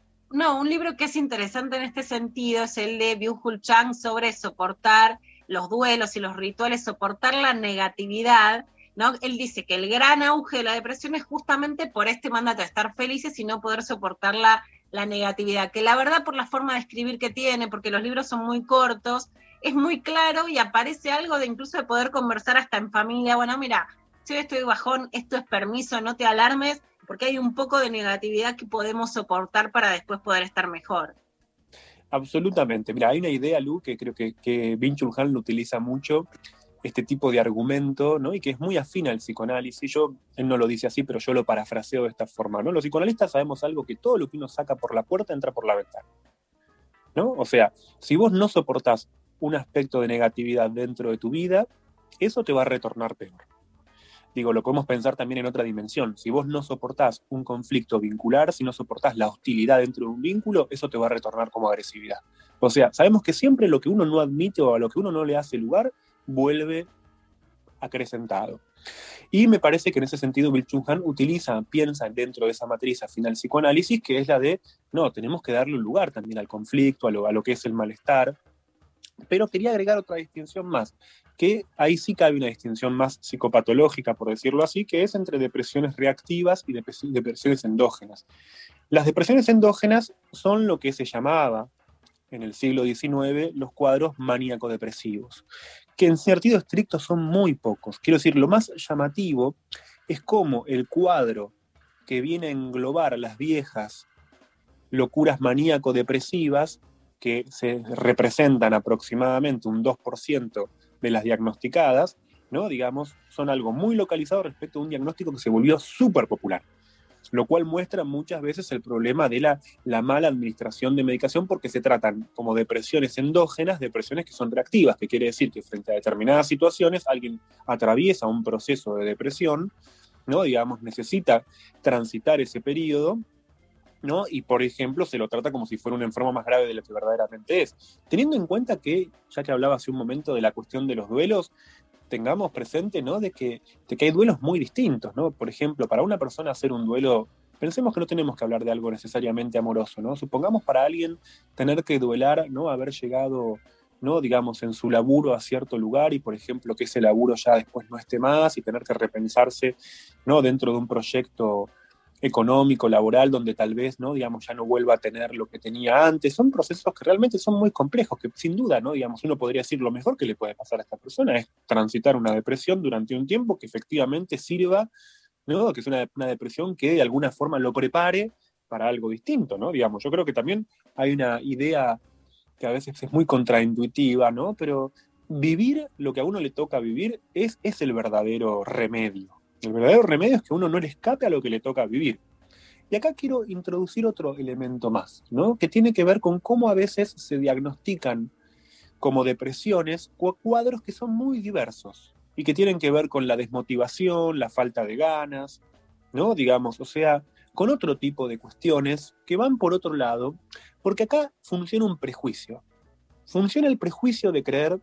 No, un libro que es interesante en este sentido es el de Byung-Chul Chang sobre soportar los duelos y los rituales, soportar la negatividad, ¿no? Él dice que el gran auge de la depresión es justamente por este mandato de estar felices y no poder soportar la negatividad, que la verdad, por la forma de escribir que tiene, porque los libros son muy cortos, es muy claro y aparece algo de incluso de poder conversar hasta en familia. Bueno, mira, si hoy estoy bajón, esto es permiso, no te alarmes, porque hay un poco de negatividad que podemos soportar para después poder estar mejor. Absolutamente. Mira, hay una idea, Lu, que creo que Byung-Chul Han lo utiliza mucho, este tipo de argumento, ¿no? Y que es muy afín al psicoanálisis. Él no lo dice así, pero yo lo parafraseo de esta forma, ¿no? Los psicoanalistas sabemos algo, que todo lo que uno saca por la puerta entra por la ventana, ¿no? O sea, si vos no soportás un aspecto de negatividad dentro de tu vida, eso te va a retornar peor. Digo, lo podemos pensar también en otra dimensión. Si vos no soportás un conflicto vincular, si no soportás la hostilidad dentro de un vínculo, eso te va a retornar como agresividad. O sea, sabemos que siempre lo que uno no admite o a lo que uno no le hace lugar, vuelve acrecentado. Y me parece que en ese sentido Byung-Chul Han piensa dentro de esa matriz afín al psicoanálisis, que es la de, no, tenemos que darle un lugar también al conflicto, a lo que es el malestar. Pero quería agregar otra distinción más, que ahí sí cabe una distinción más psicopatológica, por decirlo así, que es entre depresiones reactivas y depresiones endógenas. Las depresiones endógenas son lo que se llamaba en el siglo XIX los cuadros maníaco-depresivos, que en sentido estricto son muy pocos. Quiero decir, lo más llamativo es cómo el cuadro que viene a englobar las viejas locuras maníaco-depresivas, que se representan aproximadamente un 2% de las diagnosticadas, ¿no? Digamos, son algo muy localizado respecto a un diagnóstico que se volvió súper popular, lo cual muestra muchas veces el problema de la mala administración de medicación, porque se tratan como depresiones endógenas, depresiones que son reactivas, que quiere decir que frente a determinadas situaciones alguien atraviesa un proceso de depresión, ¿no? Digamos, necesita transitar ese periodo, ¿no? Y, por ejemplo, se lo trata como si fuera una enfermedad más grave de lo que verdaderamente es. Teniendo en cuenta que, ya que hablaba hace un momento de la cuestión de los duelos, tengamos presente, ¿no? de que hay duelos muy distintos, ¿no? Por ejemplo, para una persona hacer un duelo, pensemos que no tenemos que hablar de algo necesariamente amoroso, ¿no? Supongamos para alguien tener que duelar, ¿no? Haber llegado, ¿no? Digamos, en su laburo a cierto lugar y, por ejemplo, que ese laburo ya después no esté más y tener que repensarse, ¿no? Dentro de un proyecto económico, laboral, donde tal vez, ¿no? Digamos, ya no vuelva a tener lo que tenía antes. Son procesos que realmente son muy complejos, que sin duda, ¿no? Digamos, uno podría decir lo mejor que le puede pasar a esta persona es transitar una depresión durante un tiempo que efectivamente sirva, ¿no? Que es una depresión que de alguna forma lo prepare para algo distinto, ¿no? Digamos, yo creo que también hay una idea que a veces es muy contraintuitiva, ¿no? Pero vivir lo que a uno le toca vivir es el verdadero remedio. El verdadero remedio es que uno no le escape a lo que le toca vivir. Y acá quiero introducir otro elemento más, ¿no? Que tiene que ver con cómo a veces se diagnostican como depresiones cuadros que son muy diversos y que tienen que ver con la desmotivación, la falta de ganas, ¿no? Digamos, o sea, con otro tipo de cuestiones que van por otro lado, porque acá funciona un prejuicio. Funciona el prejuicio de creer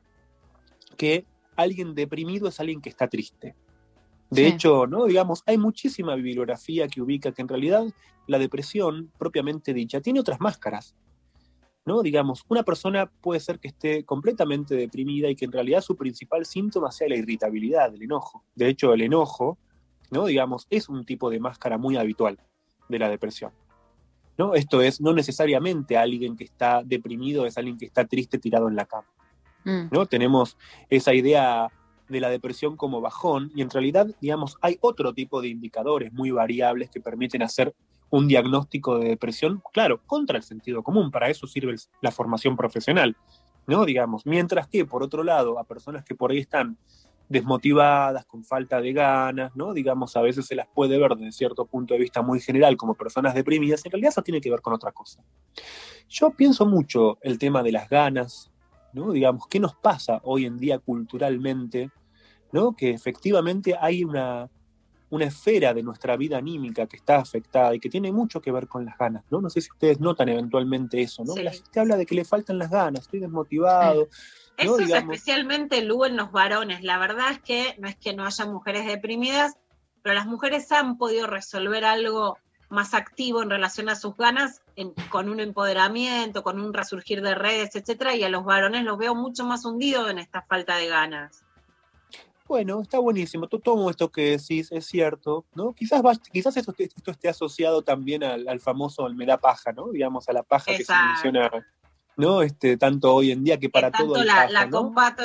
que alguien deprimido es alguien que está triste. De hecho, ¿no? Digamos, hay muchísima bibliografía que ubica que en realidad la depresión, propiamente dicha, tiene otras máscaras, ¿no? Digamos, una persona puede ser que esté completamente deprimida y que en realidad su principal síntoma sea la irritabilidad, el enojo. De hecho, el enojo, ¿no? Digamos, es un tipo de máscara muy habitual de la depresión, ¿no? Esto es, no necesariamente alguien que está deprimido es alguien que está triste tirado en la cama, ¿no? Tenemos esa idea de la depresión como bajón, y en realidad, digamos, hay otro tipo de indicadores muy variables que permiten hacer un diagnóstico de depresión, claro, contra el sentido común. Para eso sirve la formación profesional, ¿no? Digamos, mientras que, por otro lado, a personas que por ahí están desmotivadas, con falta de ganas, ¿no? Digamos, a veces se las puede ver desde cierto punto de vista muy general como personas deprimidas, en realidad eso tiene que ver con otra cosa. Yo pienso mucho el tema de las ganas, ¿no? Digamos, ¿qué nos pasa hoy en día culturalmente, ¿no? Que efectivamente hay una esfera de nuestra vida anímica que está afectada y que tiene mucho que ver con las ganas, ¿no? No sé si ustedes notan eventualmente eso, ¿no? Sí. La gente habla de que le faltan las ganas, estoy desmotivado. Sí. ¿no? Eso Digamos, es especialmente, Lu, en los varones. La verdad es que no haya mujeres deprimidas, pero las mujeres han podido resolver algo más activo en relación a sus ganas, con un empoderamiento, con un resurgir de redes, etcétera, y a los varones los veo mucho más hundidos en esta falta de ganas. Bueno, está buenísimo, todo esto que decís es cierto, ¿no? Quizás esto esté asociado también al famoso me da paja, ¿no? Digamos, a la paja. Exacto. Que se menciona, ¿no? Tanto hoy en día que para todo hay paja, la ¿no? combato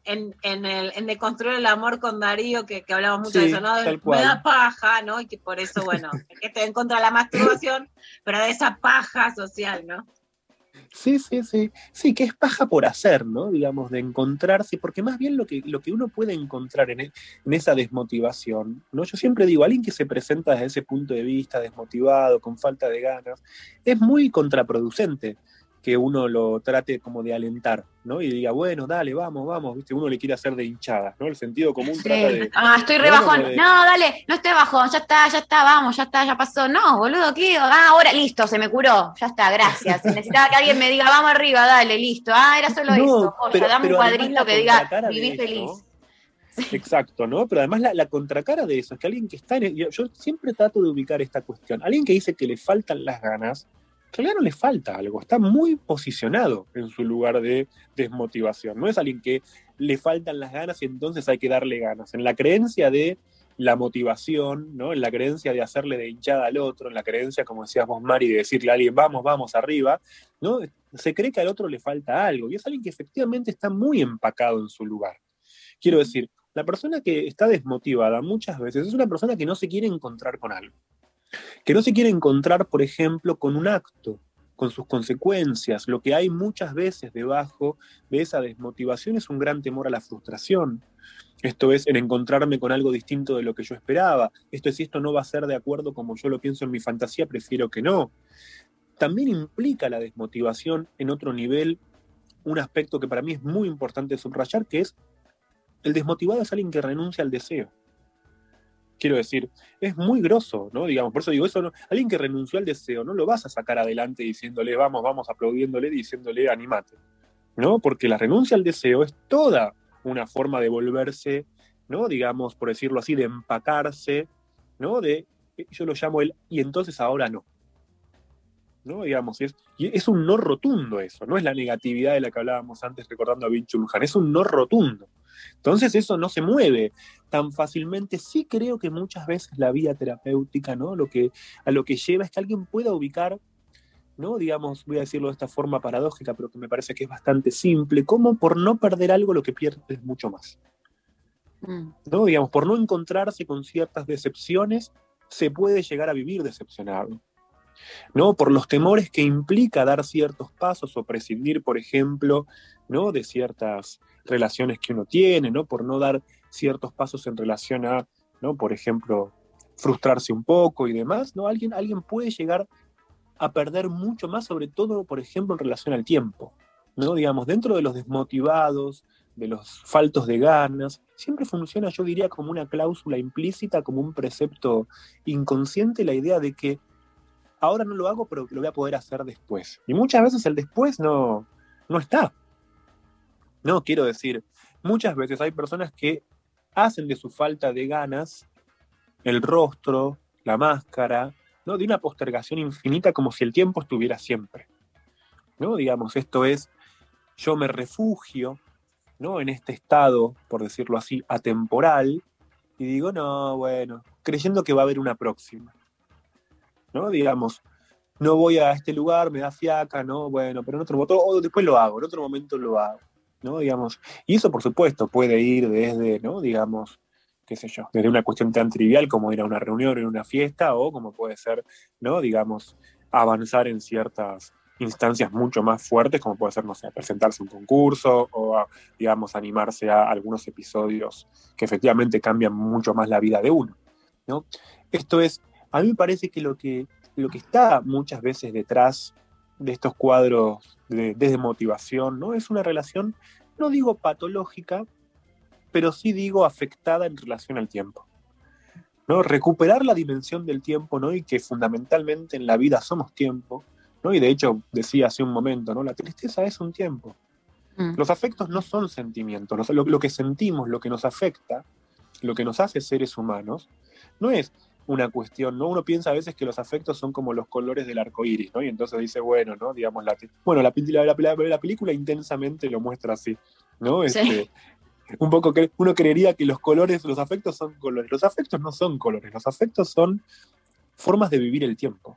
en Deconstruir el amor con Darío, que hablamos mucho de eso, ¿no? Tal cual. Me da paja, ¿no? Y que por eso, bueno, que estoy en contra de la masturbación, pero de esa paja social, ¿no? Sí, que es paja por hacer, ¿no? Digamos, de encontrarse, porque más bien lo que uno puede encontrar en esa desmotivación, ¿no? Yo siempre digo, alguien que se presenta desde ese punto de vista, desmotivado, con falta de ganas, es muy contraproducente que uno lo trate como de alentar, ¿no? Y diga, bueno, dale, vamos, ¿viste? Uno le quiere hacer de hinchada, ¿no? El sentido común trata de... estoy re bajón. No, dale, no estoy bajón, ya está, vamos, ya pasó. No, boludo, ¿qué? Ahora, listo, se me curó, ya está, gracias. Necesitaba que alguien me diga, vamos arriba, dale, listo. Era solo eso. Joya, dame un cuadrito que diga, viví feliz. Exacto, ¿no? Pero además la contracara de eso es que alguien que está yo siempre trato de ubicar esta cuestión. Alguien que dice que le faltan las ganas, en realidad no le falta algo, está muy posicionado en su lugar de desmotivación. No es alguien que le faltan las ganas y entonces hay que darle ganas. En la creencia de la motivación, ¿no? En la creencia de hacerle de hinchada al otro, en la creencia, como decías vos, Mari, de decirle a alguien, vamos arriba, ¿no? Se cree que al otro le falta algo, y es alguien que efectivamente está muy empacado en su lugar. Quiero decir, la persona que está desmotivada muchas veces es una persona que no se quiere encontrar con algo. Que no se quiere encontrar, por ejemplo, con un acto, con sus consecuencias. Lo que hay muchas veces debajo de esa desmotivación es un gran temor a la frustración. Esto es, en encontrarme con algo distinto de lo que yo esperaba. Esto es, si esto no va a ser de acuerdo como yo lo pienso en mi fantasía, prefiero que no. También implica la desmotivación en otro nivel un aspecto que para mí es muy importante subrayar, que es el desmotivado es alguien que renuncia al deseo. Quiero decir, es muy grosso, ¿no? Digamos, por eso digo, eso no, alguien que renunció al deseo no lo vas a sacar adelante diciéndole, vamos, aplaudiéndole, diciéndole, animate, ¿no? Porque la renuncia al deseo es toda una forma de volverse, ¿no? Digamos, por decirlo así, de empacarse, ¿no? Yo lo llamo y entonces ahora no. ¿No? Digamos, es un no rotundo eso, no es la negatividad de la que hablábamos antes recordando a Byung-Chul Han, es un no rotundo. Entonces eso no se mueve tan fácilmente. Sí creo que muchas veces la vía terapéutica, ¿no? A lo que lleva es que alguien pueda ubicar, ¿no? Digamos, voy a decirlo de esta forma paradójica, pero que me parece que es bastante simple, como por no perder algo lo que pierdes mucho más. ¿No? Digamos, por no encontrarse con ciertas decepciones, se puede llegar a vivir decepcionado. ¿No? Por los temores que implica dar ciertos pasos o prescindir, por ejemplo, ¿no? de ciertas relaciones que uno tiene, ¿no? Por no dar ciertos pasos en relación a, ¿no? por ejemplo, frustrarse un poco y demás, ¿no? Alguien puede llegar a perder mucho más, sobre todo, por ejemplo, en relación al tiempo, ¿no? Digamos, dentro de los desmotivados, de los faltos de ganas, siempre funciona, yo diría, como una cláusula implícita, como un precepto inconsciente, la idea de que ahora no lo hago, pero lo voy a poder hacer después. Y muchas veces el después no está. No, quiero decir, muchas veces hay personas que hacen de su falta de ganas el rostro, la máscara, ¿no? de una postergación infinita, como si el tiempo estuviera siempre. ¿No? Digamos, esto es, yo me refugio, ¿no? en este estado, por decirlo así, atemporal, y digo, no, bueno, creyendo que va a haber una próxima. ¿No? Digamos, no voy a este lugar, me da fiaca, ¿no? Bueno, pero en otro momento, o después lo hago, en otro momento lo hago, ¿no? Digamos, y eso por supuesto puede ir desde, ¿no? Digamos, qué sé yo, desde una cuestión tan trivial como ir a una reunión, en una fiesta, o como puede ser, ¿no? Digamos, avanzar en ciertas instancias mucho más fuertes, como puede ser, no sé, presentarse a un concurso, o, digamos, animarse a algunos episodios que efectivamente cambian mucho más la vida de uno, ¿no? Esto es, a mí me parece que lo que está muchas veces detrás de estos cuadros de desmotivación, ¿no? es una relación, no digo patológica, pero sí digo afectada en relación al tiempo. ¿No? Recuperar la dimensión del tiempo, ¿no? y que fundamentalmente en la vida somos tiempo, ¿no? y de hecho decía hace un momento, ¿no? la tristeza es un tiempo. Los afectos no son sentimientos, lo que sentimos, lo que nos afecta, lo que nos hace seres humanos, no es una cuestión, ¿no? Uno piensa a veces que los afectos son como los colores del arco iris, ¿no? Y entonces dice, bueno, ¿no? Digamos, la película intensamente lo muestra así, ¿no? Sí. Un poco que uno creería que los afectos son colores. Los afectos no son colores, los afectos son formas de vivir el tiempo.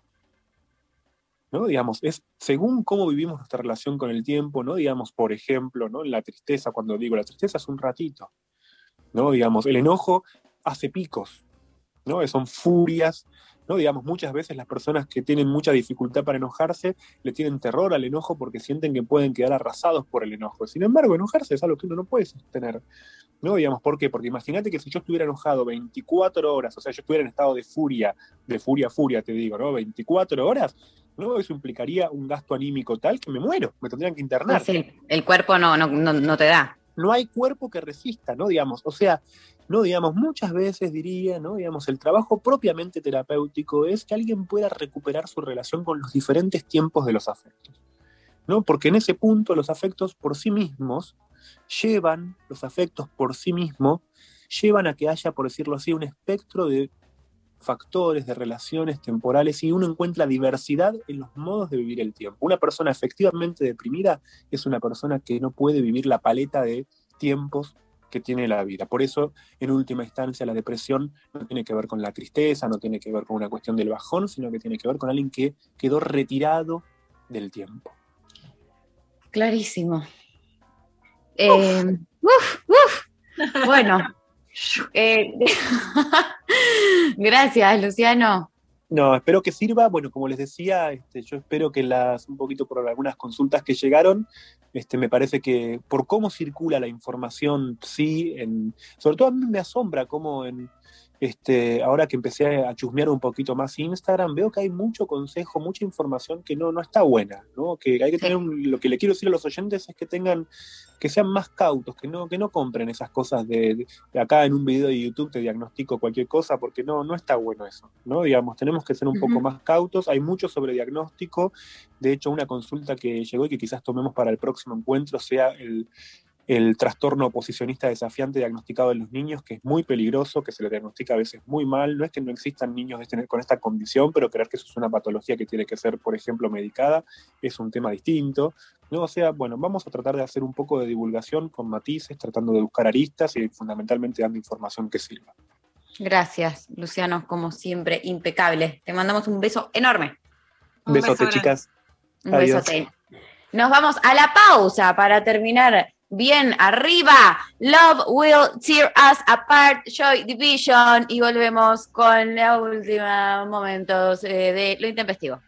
¿No? Digamos, es según cómo vivimos nuestra relación con el tiempo, ¿no? Digamos, por ejemplo, ¿no? La tristeza, cuando digo la tristeza es un ratito, ¿no? Digamos, el enojo hace picos, ¿no? Son furias, ¿no? Digamos, muchas veces las personas que tienen mucha dificultad para enojarse le tienen terror al enojo porque sienten que pueden quedar arrasados por el enojo. Sin embargo, enojarse es algo que uno no puede sostener, ¿no? Digamos, ¿por qué? Porque imagínate que si yo estuviera enojado 24 horas, o sea, yo estuviera en estado de furia, te digo, ¿no? 24 horas, ¿no? Eso implicaría un gasto anímico tal que me muero, me tendrían que internar. Sí, el cuerpo no te da. No hay cuerpo que resista, ¿no? Digamos, o sea, no, digamos, muchas veces diría, ¿no? Digamos, el trabajo propiamente terapéutico es que alguien pueda recuperar su relación con los diferentes tiempos de los afectos, ¿no? Porque en ese punto los afectos por sí mismos llevan a que haya, por decirlo así, un espectro de factores, de relaciones temporales, y uno encuentra diversidad en los modos de vivir el tiempo. Una persona efectivamente deprimida es una persona que no puede vivir la paleta de tiempos que tiene la vida. Por eso, en última instancia, la depresión no tiene que ver con la tristeza, no tiene que ver con una cuestión del bajón, sino que tiene que ver con alguien que quedó retirado del tiempo. Clarísimo. Bueno. Gracias, Luciano. No, espero que sirva. Bueno, como les decía, yo espero que un poquito por algunas consultas que llegaron, me parece que por cómo circula la información, sí, sobre todo a mí me asombra cómo ahora que empecé a chusmear un poquito más Instagram, veo que hay mucho consejo, mucha información que no está buena, ¿no? Que hay que tener lo que le quiero decir a los oyentes es que sean más cautos, que no compren esas cosas de acá en un video de YouTube te diagnostico cualquier cosa, porque no está bueno eso, ¿no? Digamos, tenemos que ser un poco más cautos. Hay mucho sobre diagnóstico. De hecho, una consulta que llegó y que quizás tomemos para el próximo encuentro sea el trastorno oposicionista desafiante diagnosticado en los niños, que es muy peligroso, que se le diagnostica a veces muy mal. No es que no existan niños con esta condición, pero creer que eso es una patología que tiene que ser, por ejemplo, medicada, es un tema distinto, ¿no? O sea, bueno, vamos a tratar de hacer un poco de divulgación con matices, tratando de buscar aristas y fundamentalmente dando información que sirva. Gracias, Luciano, como siempre, impecable. Te mandamos un beso enorme. Un besote, chicas. Un besote. Nos vamos a la pausa para terminar bien arriba. Love Will Tear Us Apart, Joy Division. Y volvemos con los últimos momentos de Lo Intempestivo.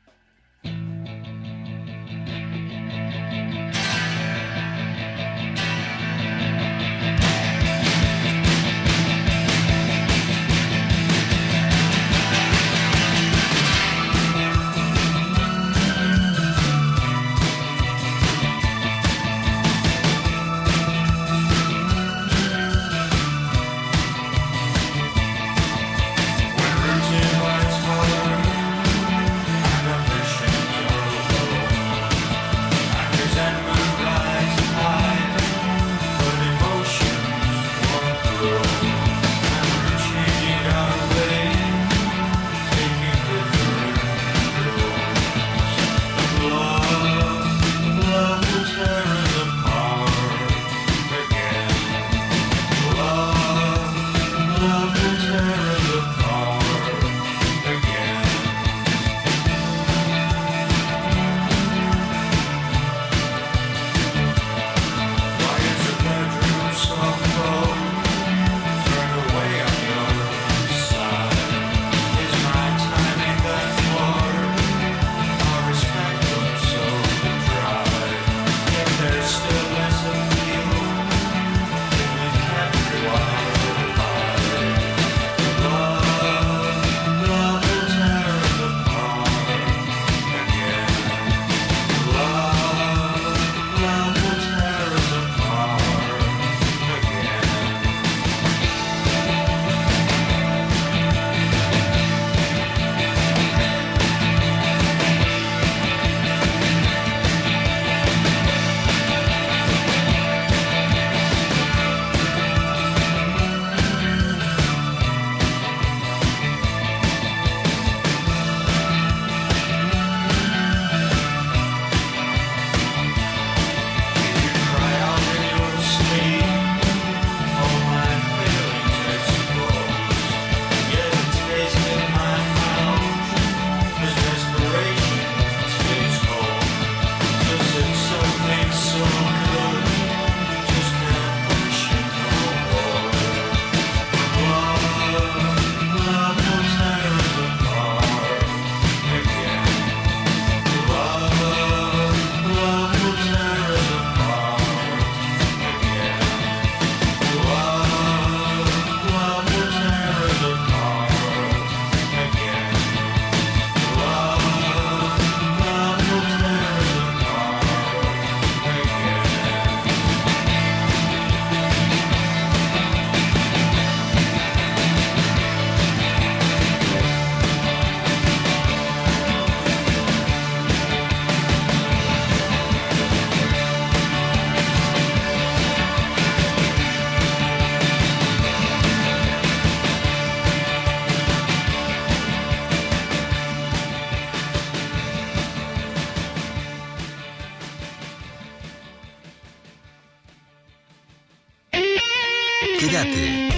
Quédate.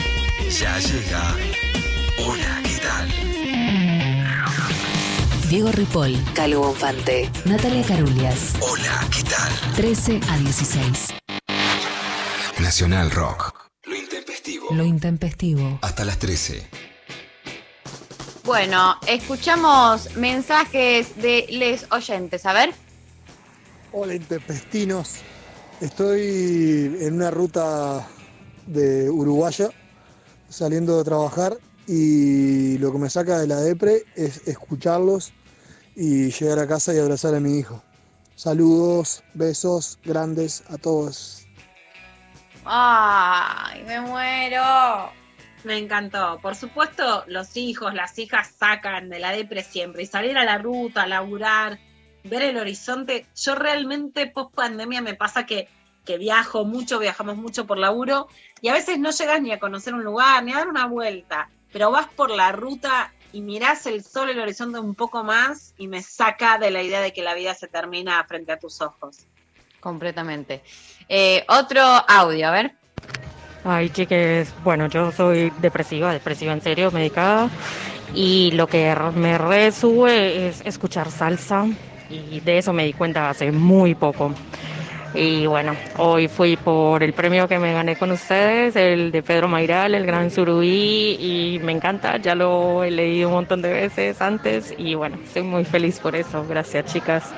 Ya llega. Hola, ¿qué tal? Diego Ripoll, Calu Bonfante, Natalia Carulias. Hola, ¿qué tal? 13 a 16. Nacional Rock. Lo intempestivo. Lo intempestivo. Hasta las 13. Bueno, escuchamos mensajes de les oyentes. A ver. Hola, intempestinos. Estoy en una ruta de Uruguaya, saliendo de trabajar, y lo que me saca de la depre es escucharlos y llegar a casa y abrazar a mi hijo. Saludos, besos grandes a todos. ¡Ay, me muero! Me encantó. Por supuesto, los hijos, las hijas sacan de la depre siempre. Y salir a la ruta, a laburar, ver el horizonte. Yo realmente, post pandemia, me pasa que que viajamos mucho por laburo, y a veces no llegas ni a conocer un lugar, ni a dar una vuelta, pero vas por la ruta y mirás el sol, el horizonte un poco más, y me saca de la idea de que la vida se termina frente a tus ojos. Completamente. Otro audio, a ver. Ay, chiques, bueno, yo soy depresiva en serio, medicada, y lo que me resube es escuchar salsa, y de eso me di cuenta hace muy poco. Y bueno, hoy fui por el premio que me gané con ustedes, el de Pedro Mayral, el Gran Surubí, y me encanta, ya lo he leído un montón de veces antes, y bueno, estoy muy feliz por eso. Gracias, chicas.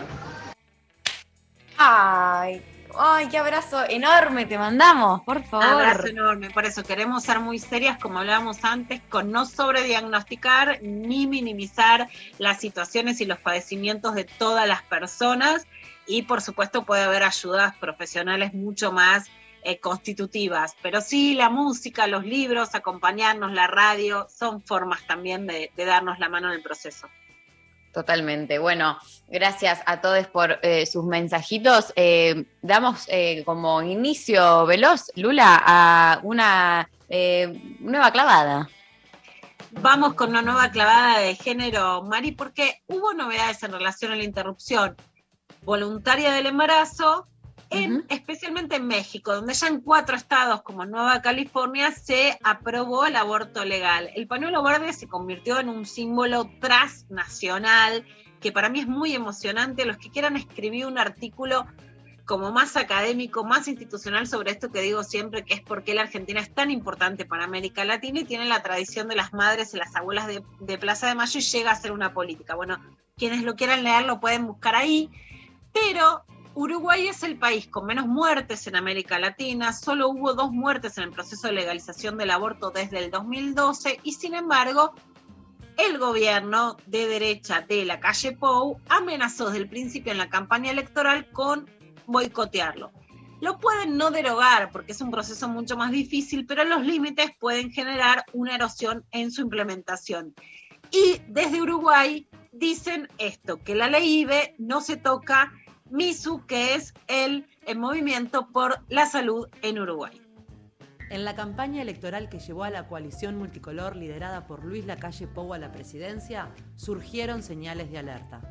Ay, qué abrazo enorme te mandamos, por favor. Abrazo enorme, por eso queremos ser muy serias, como hablábamos antes, con no sobrediagnosticar ni minimizar las situaciones y los padecimientos de todas las personas, y por supuesto puede haber ayudas profesionales mucho más constitutivas, pero sí, la música, los libros, acompañarnos, la radio, son formas también de darnos la mano en el proceso. Totalmente. Bueno, gracias a todos por sus mensajitos. Damos como inicio veloz, Lula, a una nueva clavada. Vamos con una nueva clavada de género, Mari, porque hubo novedades en relación a la interrupción voluntaria del embarazo, especialmente en México, donde ya en 4 estados como Nueva California se aprobó el aborto legal. El pañuelo verde se convirtió en un símbolo transnacional que para mí es muy emocionante. Los que quieran escribir un artículo como más académico, más institucional sobre esto que digo siempre, que es por qué la Argentina es tan importante para América Latina y tiene la tradición de las madres y las abuelas de Plaza de Mayo y llega a ser una política. Bueno, quienes lo quieran leer lo pueden buscar ahí, pero Uruguay es el país con menos muertes en América Latina, solo hubo 2 muertes en el proceso de legalización del aborto desde el 2012 y sin embargo el gobierno de derecha de la calle Pou amenazó desde el principio en la campaña electoral con boicotearlo. Lo pueden no derogar porque es un proceso mucho más difícil, pero los límites pueden generar una erosión en su implementación. Y desde Uruguay dicen esto, que la ley IVE no se toca, MISU, que es el movimiento por la salud en Uruguay. En la campaña electoral que llevó a la coalición multicolor liderada por Luis Lacalle Pou a la presidencia, surgieron señales de alerta.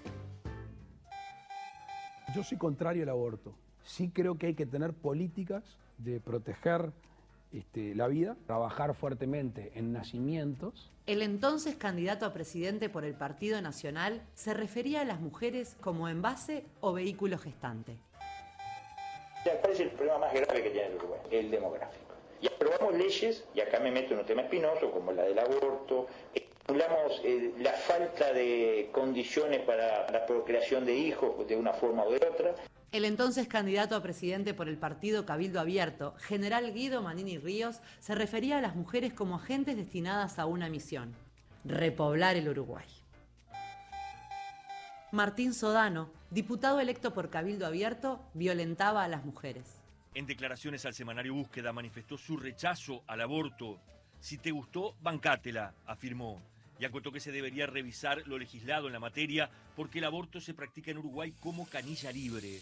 Yo soy contrario al aborto. Sí creo que hay que tener políticas de proteger la vida, trabajar fuertemente en nacimientos. El entonces candidato a presidente por el Partido Nacional se refería a las mujeres como envase o vehículo gestante. Me parece el problema más grave que tiene el Uruguay, el demográfico. Y aprobamos leyes, y acá me meto en un tema espinoso, como la del aborto, anulamos la falta de condiciones para la procreación de hijos de una forma o de otra. El entonces candidato a presidente por el partido Cabildo Abierto, general Guido Manini Ríos, se refería a las mujeres como agentes destinadas a una misión: repoblar el Uruguay. Martín Sodano, diputado electo por Cabildo Abierto, violentaba a las mujeres. En declaraciones al semanario Búsqueda manifestó su rechazo al aborto. Si te gustó, bancátela, afirmó. Y acotó que se debería revisar lo legislado en la materia porque el aborto se practica en Uruguay como canilla libre.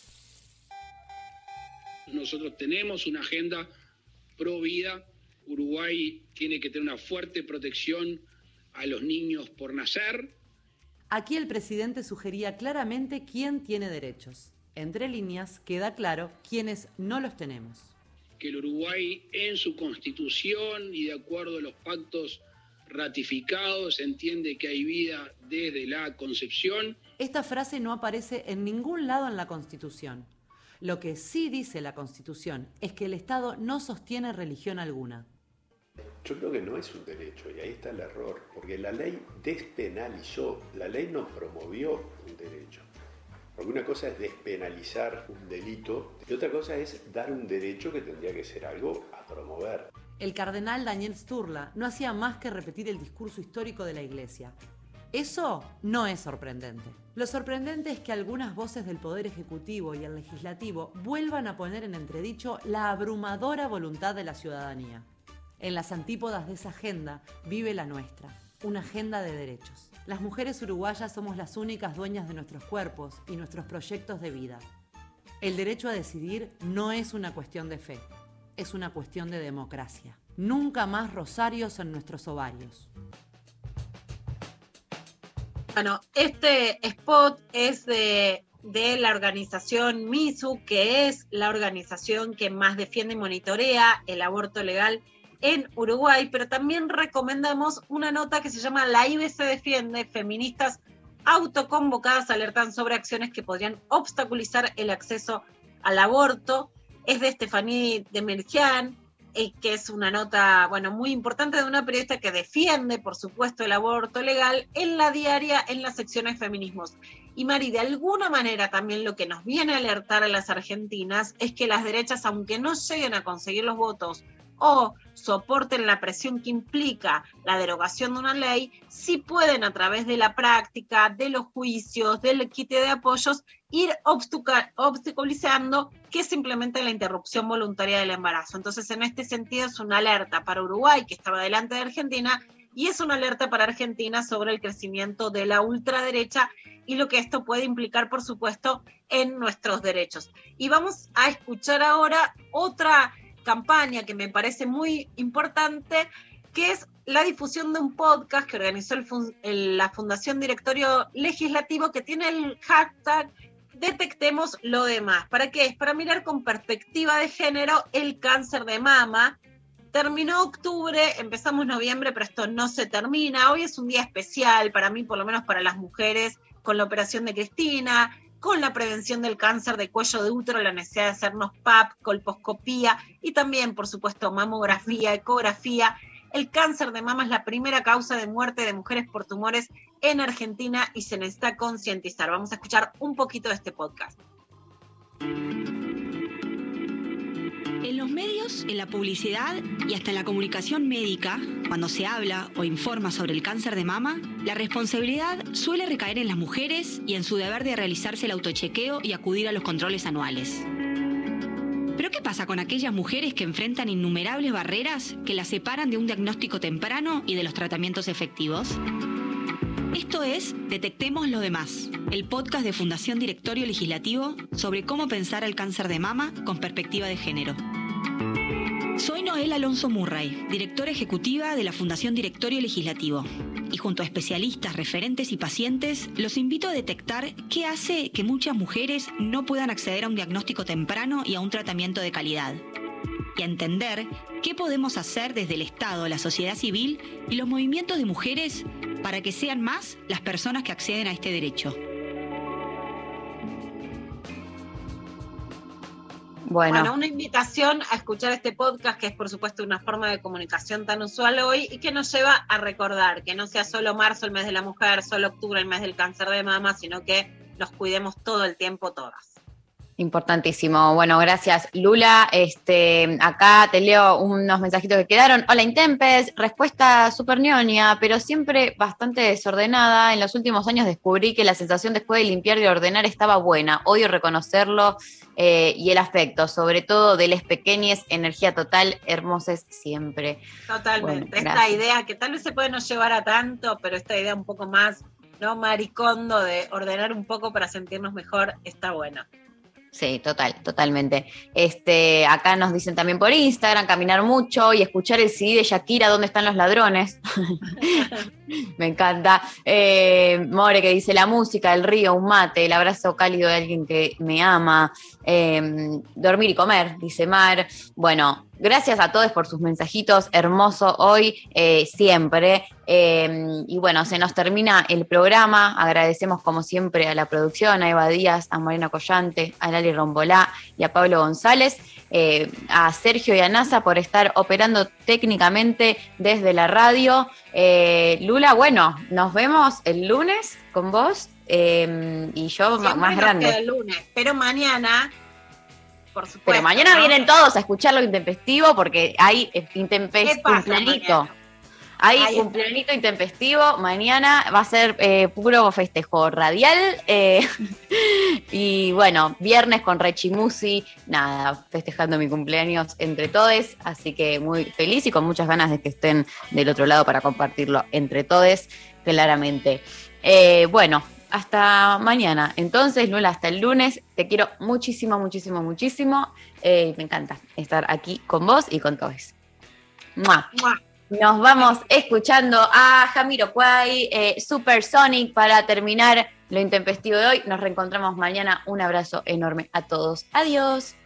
Nosotros tenemos una agenda pro vida. Uruguay tiene que tener una fuerte protección a los niños por nacer. Aquí el presidente sugería claramente quién tiene derechos. Entre líneas queda claro quiénes no los tenemos. Que el Uruguay en su constitución y de acuerdo a los pactos ratificados entiende que hay vida desde la concepción. Esta frase no aparece en ningún lado en la Constitución. Lo que sí dice la Constitución es que el Estado no sostiene religión alguna. Yo creo que no es un derecho, y ahí está el error, porque la ley despenalizó, la ley no promovió un derecho. Porque una cosa es despenalizar un delito y otra cosa es dar un derecho que tendría que ser algo a promover. El cardenal Daniel Sturla no hacía más que repetir el discurso histórico de la Iglesia. Eso no es sorprendente. Lo sorprendente es que algunas voces del Poder Ejecutivo y el Legislativo vuelvan a poner en entredicho la abrumadora voluntad de la ciudadanía. En las antípodas de esa agenda vive la nuestra, una agenda de derechos. Las mujeres uruguayas somos las únicas dueñas de nuestros cuerpos y nuestros proyectos de vida. El derecho a decidir no es una cuestión de fe, es una cuestión de democracia. Nunca más rosarios en nuestros ovarios. Bueno, este spot es de la organización MISU, que es la organización que más defiende y monitorea el aborto legal en Uruguay, pero también recomendamos una nota que se llama La IBC Defiende, feministas autoconvocadas alertan sobre acciones que podrían obstaculizar el acceso al aborto. Es de Estefanía de Mergian, que es una nota, bueno, muy importante de una periodista que defiende, por supuesto, el aborto legal en La Diaria, en la sección de feminismos. Y Mari, de alguna manera también lo que nos viene a alertar a las argentinas es que las derechas, aunque no lleguen a conseguir los votos o soporten la presión que implica la derogación de una ley, sí pueden a través de la práctica, de los juicios, del quite de apoyos, ir obstaculizando que simplemente la interrupción voluntaria del embarazo. Entonces, en este sentido, es una alerta para Uruguay, que estaba delante de Argentina, y es una alerta para Argentina sobre el crecimiento de la ultraderecha y lo que esto puede implicar, por supuesto, en nuestros derechos. Y vamos a escuchar ahora otra campaña que me parece muy importante, que es la difusión de un podcast que organizó la Fundación Directorio Legislativo, que tiene el hashtag Detectemos lo demás. ¿Para qué? Es para mirar con perspectiva de género el cáncer de mama. Terminó octubre, empezamos noviembre, pero esto no se termina. Hoy es un día especial para mí, por lo menos para las mujeres, con la operación de Cristina, con la prevención del cáncer de cuello de útero, la necesidad de hacernos PAP, colposcopía y también, por supuesto, mamografía, ecografía. El cáncer de mama es la primera causa de muerte de mujeres por tumores en Argentina y se necesita concientizar. Vamos a escuchar un poquito de este podcast. En los medios, en la publicidad y hasta en la comunicación médica, cuando se habla o informa sobre el cáncer de mama, la responsabilidad suele recaer en las mujeres y en su deber de realizarse el autochequeo y acudir a los controles anuales. ¿Pero qué pasa con aquellas mujeres que enfrentan innumerables barreras que las separan de un diagnóstico temprano y de los tratamientos efectivos? Esto es Detectemos lo demás, el podcast de Fundación Directorio Legislativo sobre cómo pensar el cáncer de mama con perspectiva de género. Soy Noel Alonso Murray, directora ejecutiva de la Fundación Directorio Legislativo, y junto a especialistas, referentes y pacientes, los invito a detectar qué hace que muchas mujeres no puedan acceder a un diagnóstico temprano y a un tratamiento de calidad, y a entender qué podemos hacer desde el Estado, la sociedad civil y los movimientos de mujeres para que sean más las personas que acceden a este derecho. Bueno, una invitación a escuchar este podcast, que es por supuesto una forma de comunicación tan usual hoy y que nos lleva a recordar que no sea solo marzo el mes de la mujer, solo octubre el mes del cáncer de mama, sino que nos cuidemos todo el tiempo todas. Importantísimo. Bueno, gracias, Lula. Acá te leo unos mensajitos que quedaron. Hola, Intempes. Respuesta súper ñoña, pero siempre bastante desordenada. En los últimos años descubrí que la sensación después de limpiar y ordenar estaba buena. Odio reconocerlo y el aspecto, sobre todo de les pequeñes, energía total, hermosas siempre. Totalmente. Bueno, esta idea que tal vez se puede no llevar a tanto, pero esta idea un poco más, ¿no? Maricondo de ordenar un poco para sentirnos mejor, está buena. Sí, totalmente. Acá nos dicen también por Instagram, caminar mucho y escuchar el CD de Shakira, ¿Dónde están los ladrones? Me encanta. More, que dice la música, el río, un mate, el abrazo cálido de alguien que me ama. Dormir y comer, dice Mar. Bueno, gracias a todos por sus mensajitos, hermoso hoy, siempre. Y bueno, se nos termina el programa. Agradecemos como siempre a la producción, a Eva Díaz, a Mariana Collante, a Lali Rombolá y a Pablo González, a Sergio y a NASA por estar operando técnicamente desde la radio. Lula, bueno, nos vemos el lunes con vos y yo siempre más grande. El lunes, pero mañana, por supuesto. Pero mañana, ¿no? Vienen todos a escuchar lo intempestivo porque hay cumpleañito. Hay cumpleañito intempestivo. Mañana va a ser puro festejo radial. Y bueno, viernes con Rechimusi. Nada, festejando mi cumpleaños entre todos. Así que muy feliz y con muchas ganas de que estén del otro lado para compartirlo entre todos, claramente. Bueno, hasta mañana. Entonces, Lula, hasta el lunes. Te quiero muchísimo, muchísimo, muchísimo. Me encanta estar aquí con vos y con todos. ¡Mua! Nos vamos escuchando a Jamiroquai, Supersonic, para terminar lo intempestivo de hoy. Nos reencontramos mañana. Un abrazo enorme a todos. Adiós.